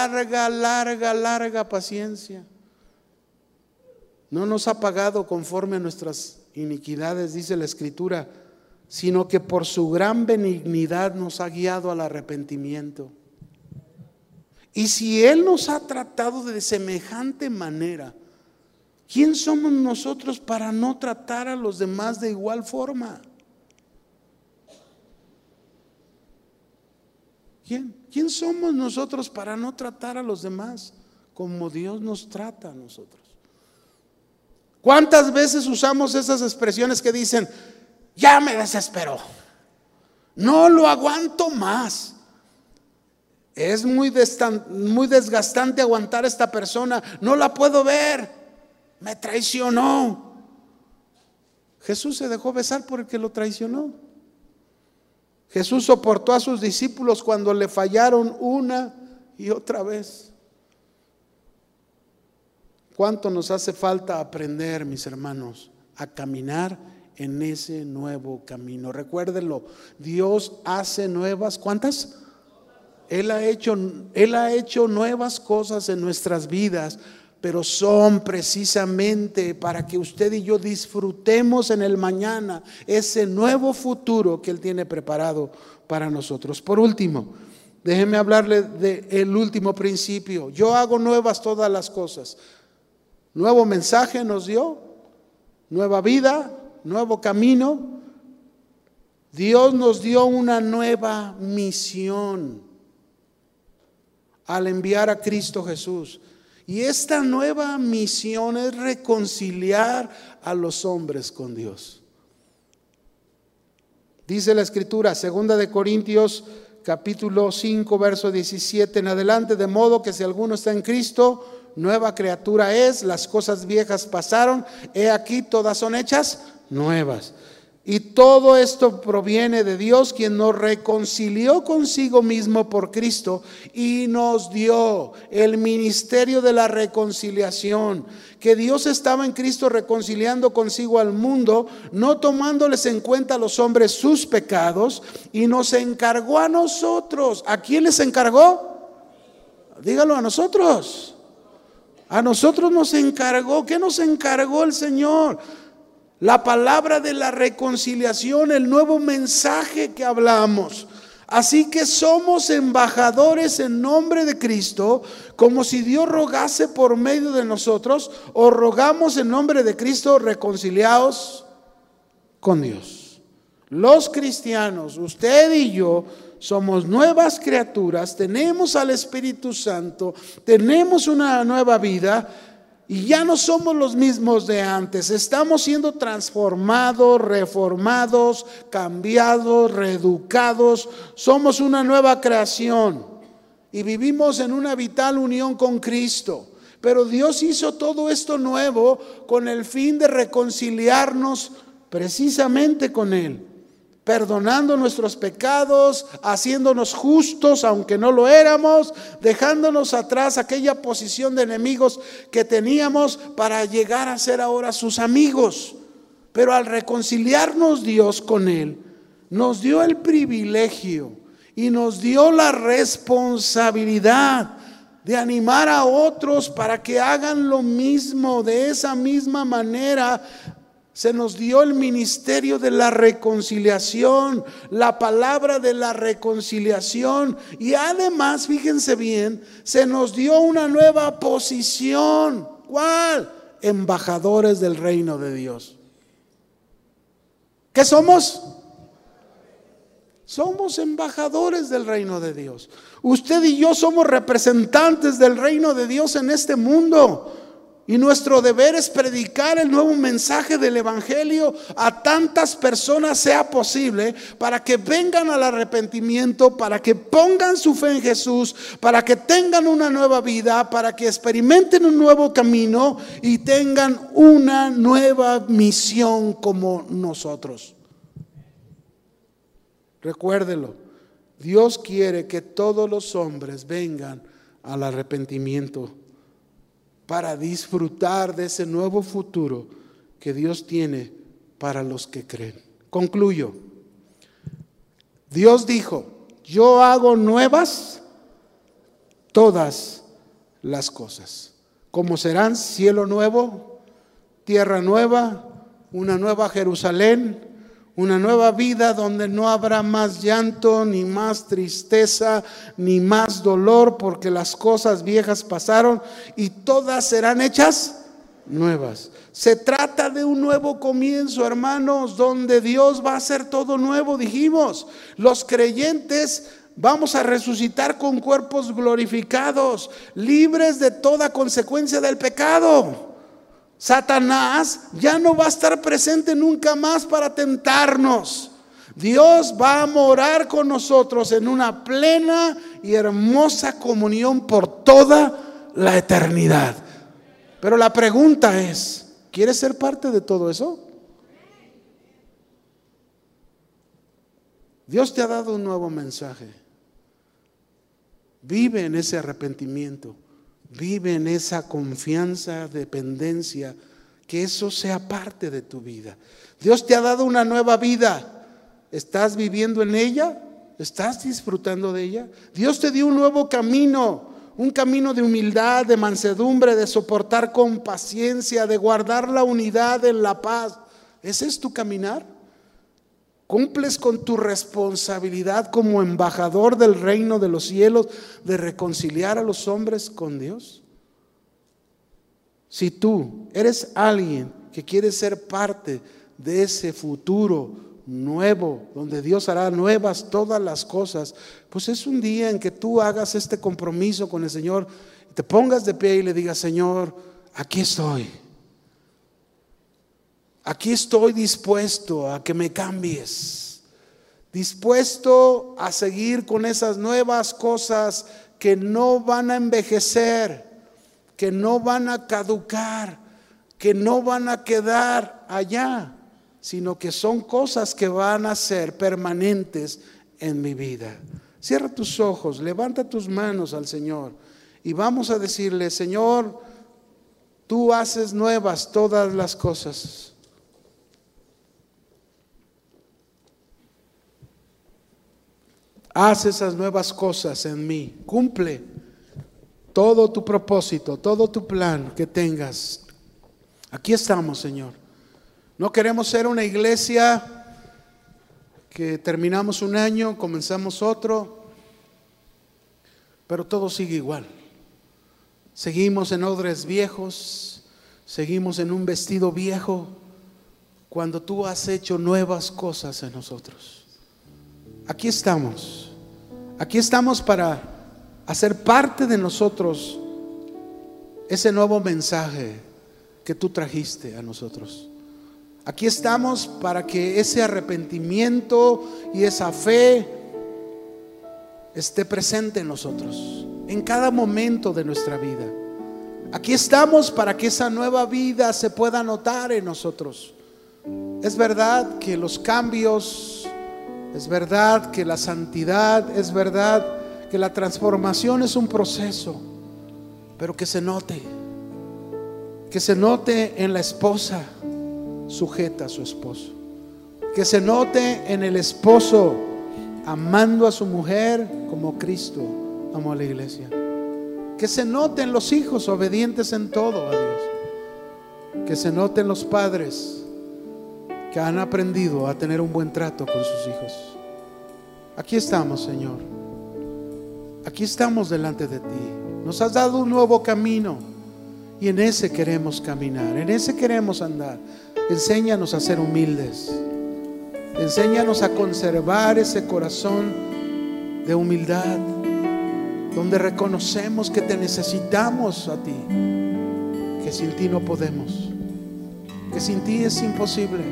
larga paciencia no nos ha pagado conforme a nuestras iniquidades, dice la Escritura, sino que por su gran benignidad nos ha guiado al arrepentimiento. Y si Él nos ha tratado de semejante manera, ¿quién somos nosotros para no tratar a los demás de igual forma? ¿Quién somos nosotros para no tratar a los demás como Dios nos trata a nosotros? ¿Cuántas veces usamos esas expresiones que dicen: ya me desesperó, no lo aguanto más? Es muy desgastante aguantar a esta persona, no la puedo ver, me traicionó. Jesús se dejó besar por el que lo traicionó. Jesús soportó a sus discípulos cuando le fallaron una y otra vez. ¿Cuánto nos hace falta aprender, mis hermanos, a caminar en ese nuevo camino? Recuérdenlo, Dios hace nuevas, ¿cuántas? Él ha hecho nuevas cosas en nuestras vidas, pero son precisamente para que usted y yo disfrutemos en el mañana ese nuevo futuro que Él tiene preparado para nosotros. Por último, déjeme hablarle del último principio: yo hago nuevas todas las cosas. Nuevo mensaje nos dio, nueva vida, nuevo camino. Dios nos dio una nueva misión al enviar a Cristo Jesús. Y esta nueva misión es reconciliar a los hombres con Dios. Dice la Escritura, 2 de Corintios capítulo 5, verso 17 en adelante: de modo que si alguno está en Cristo, nueva criatura es, las cosas viejas pasaron, he aquí todas son hechas nuevas. Y todo esto proviene de Dios, quien nos reconcilió consigo mismo por Cristo y nos dio el ministerio de la reconciliación. Que Dios estaba en Cristo reconciliando consigo al mundo, no tomándoles en cuenta a los hombres sus pecados, y nos encargó a nosotros. ¿A quién les encargó? Dígalo, a nosotros. A nosotros nos encargó. ¿Qué nos encargó el Señor? La palabra de la reconciliación, el nuevo mensaje que hablamos. Así que somos embajadores en nombre de Cristo, como si Dios rogase por medio de nosotros, o rogamos en nombre de Cristo, reconciliados con Dios. Los cristianos, usted y yo, somos nuevas criaturas, tenemos al Espíritu Santo, tenemos una nueva vida. Y ya no somos los mismos de antes, estamos siendo transformados, reformados, cambiados, reeducados. Somos una nueva creación y vivimos en una vital unión con Cristo. Pero Dios hizo todo esto nuevo con el fin de reconciliarnos precisamente con Él, perdonando nuestros pecados, haciéndonos justos aunque no lo éramos, dejándonos atrás aquella posición de enemigos que teníamos para llegar a ser ahora sus amigos. Pero al reconciliarnos Dios con Él, nos dio el privilegio y nos dio la responsabilidad de animar a otros para que hagan lo mismo. De esa misma manera se nos dio el ministerio de la reconciliación, la palabra de la reconciliación, y además, fíjense bien, se nos dio una nueva posición. ¿Cuál? Embajadores del reino de Dios. ¿Qué somos? Somos embajadores del reino de Dios. Usted y yo somos representantes del reino de Dios en este mundo. Y nuestro deber es predicar el nuevo mensaje del evangelio a tantas personas sea posible, para que vengan al arrepentimiento, para que pongan su fe en Jesús, para que tengan una nueva vida, para que experimenten un nuevo camino y tengan una nueva misión como nosotros. Recuérdelo, Dios quiere que todos los hombres vengan al arrepentimiento para disfrutar de ese nuevo futuro que Dios tiene para los que creen. Concluyo. Dios dijo: yo hago nuevas todas las cosas. Como serán cielo nuevo, tierra nueva, una nueva Jerusalén, una nueva vida donde no habrá más llanto, ni más tristeza, ni más dolor, porque las cosas viejas pasaron y todas serán hechas nuevas. Se trata de un nuevo comienzo, hermanos, donde Dios va a hacer todo nuevo. Dijimos, los creyentes vamos a resucitar con cuerpos glorificados, libres de toda consecuencia del pecado. Satanás ya no va a estar presente nunca más para tentarnos. Dios va a morar con nosotros en una plena y hermosa comunión por toda la eternidad. Pero la pregunta es, ¿quieres ser parte de todo eso? Dios te ha dado un nuevo mensaje. Vive en ese arrepentimiento. Vive en esa confianza, dependencia, que eso sea parte de tu vida. Dios te ha dado una nueva vida. ¿Estás viviendo en ella? ¿Estás disfrutando de ella? Dios te dio un nuevo camino, un camino de humildad, de mansedumbre, de soportar con paciencia, de guardar la unidad en la paz. ¿Ese es tu caminar? ¿Cumples con tu responsabilidad como embajador del reino de los cielos de reconciliar a los hombres con Dios? Si tú eres alguien que quiere ser parte de ese futuro nuevo, donde Dios hará nuevas todas las cosas, pues es un día en que tú hagas este compromiso con el Señor, te pongas de pie y le digas: Señor, aquí estoy. Aquí estoy dispuesto a que me cambies, dispuesto a seguir con esas nuevas cosas que no van a envejecer, que no van a caducar, que no van a quedar allá, sino que son cosas que van a ser permanentes en mi vida. Cierra tus ojos, levanta tus manos al Señor y vamos a decirle: Señor, tú haces nuevas todas las cosas. Haz esas nuevas cosas en mí. Cumple todo tu propósito, todo tu plan que tengas. Aquí estamos, Señor. No queremos ser una iglesia que terminamos un año, comenzamos otro, pero todo sigue igual. Seguimos en odres viejos, seguimos en un vestido viejo, cuando tú has hecho nuevas cosas en nosotros. Aquí estamos para hacer parte de nosotros ese nuevo mensaje que tú trajiste a nosotros. Aquí estamos para que ese arrepentimiento y esa fe esté presente en nosotros, en cada momento de nuestra vida. Aquí estamos para que esa nueva vida se pueda notar en nosotros. Es verdad que los cambios, es verdad que la santidad, es verdad que la transformación es un proceso, pero que se note en la esposa sujeta a su esposo, que se note en el esposo amando a su mujer como Cristo amó a la iglesia, que se note en los hijos obedientes en todo a Dios, que se note en los padres que han aprendido a tener un buen trato con sus hijos. Aquí estamos, Señor. Aquí estamos delante de ti. Nos has dado un nuevo camino y en ese queremos caminar, en ese queremos andar. Enséñanos a ser humildes. Enséñanos a conservar ese corazón de humildad, donde reconocemos que te necesitamos a ti, que que sin ti no podemos, que sin ti es imposible.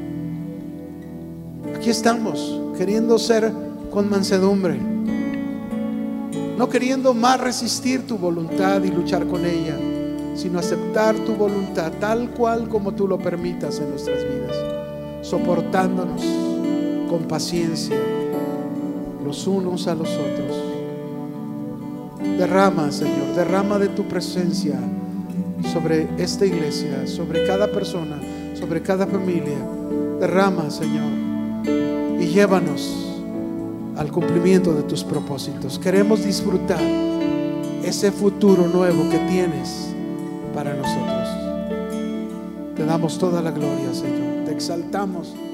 Aquí estamos queriendo ser con mansedumbre, no queriendo más resistir tu voluntad y luchar con ella, sino aceptar tu voluntad tal cual como tú lo permitas en nuestras vidas, soportándonos con paciencia los unos a los otros. Derrama, Señor, derrama de tu presencia sobre esta iglesia, sobre cada persona, sobre cada familia. Derrama, Señor, y llévanos al cumplimiento de tus propósitos. Queremos disfrutar ese futuro nuevo que tienes para nosotros. Te damos toda la gloria, Señor. Te exaltamos.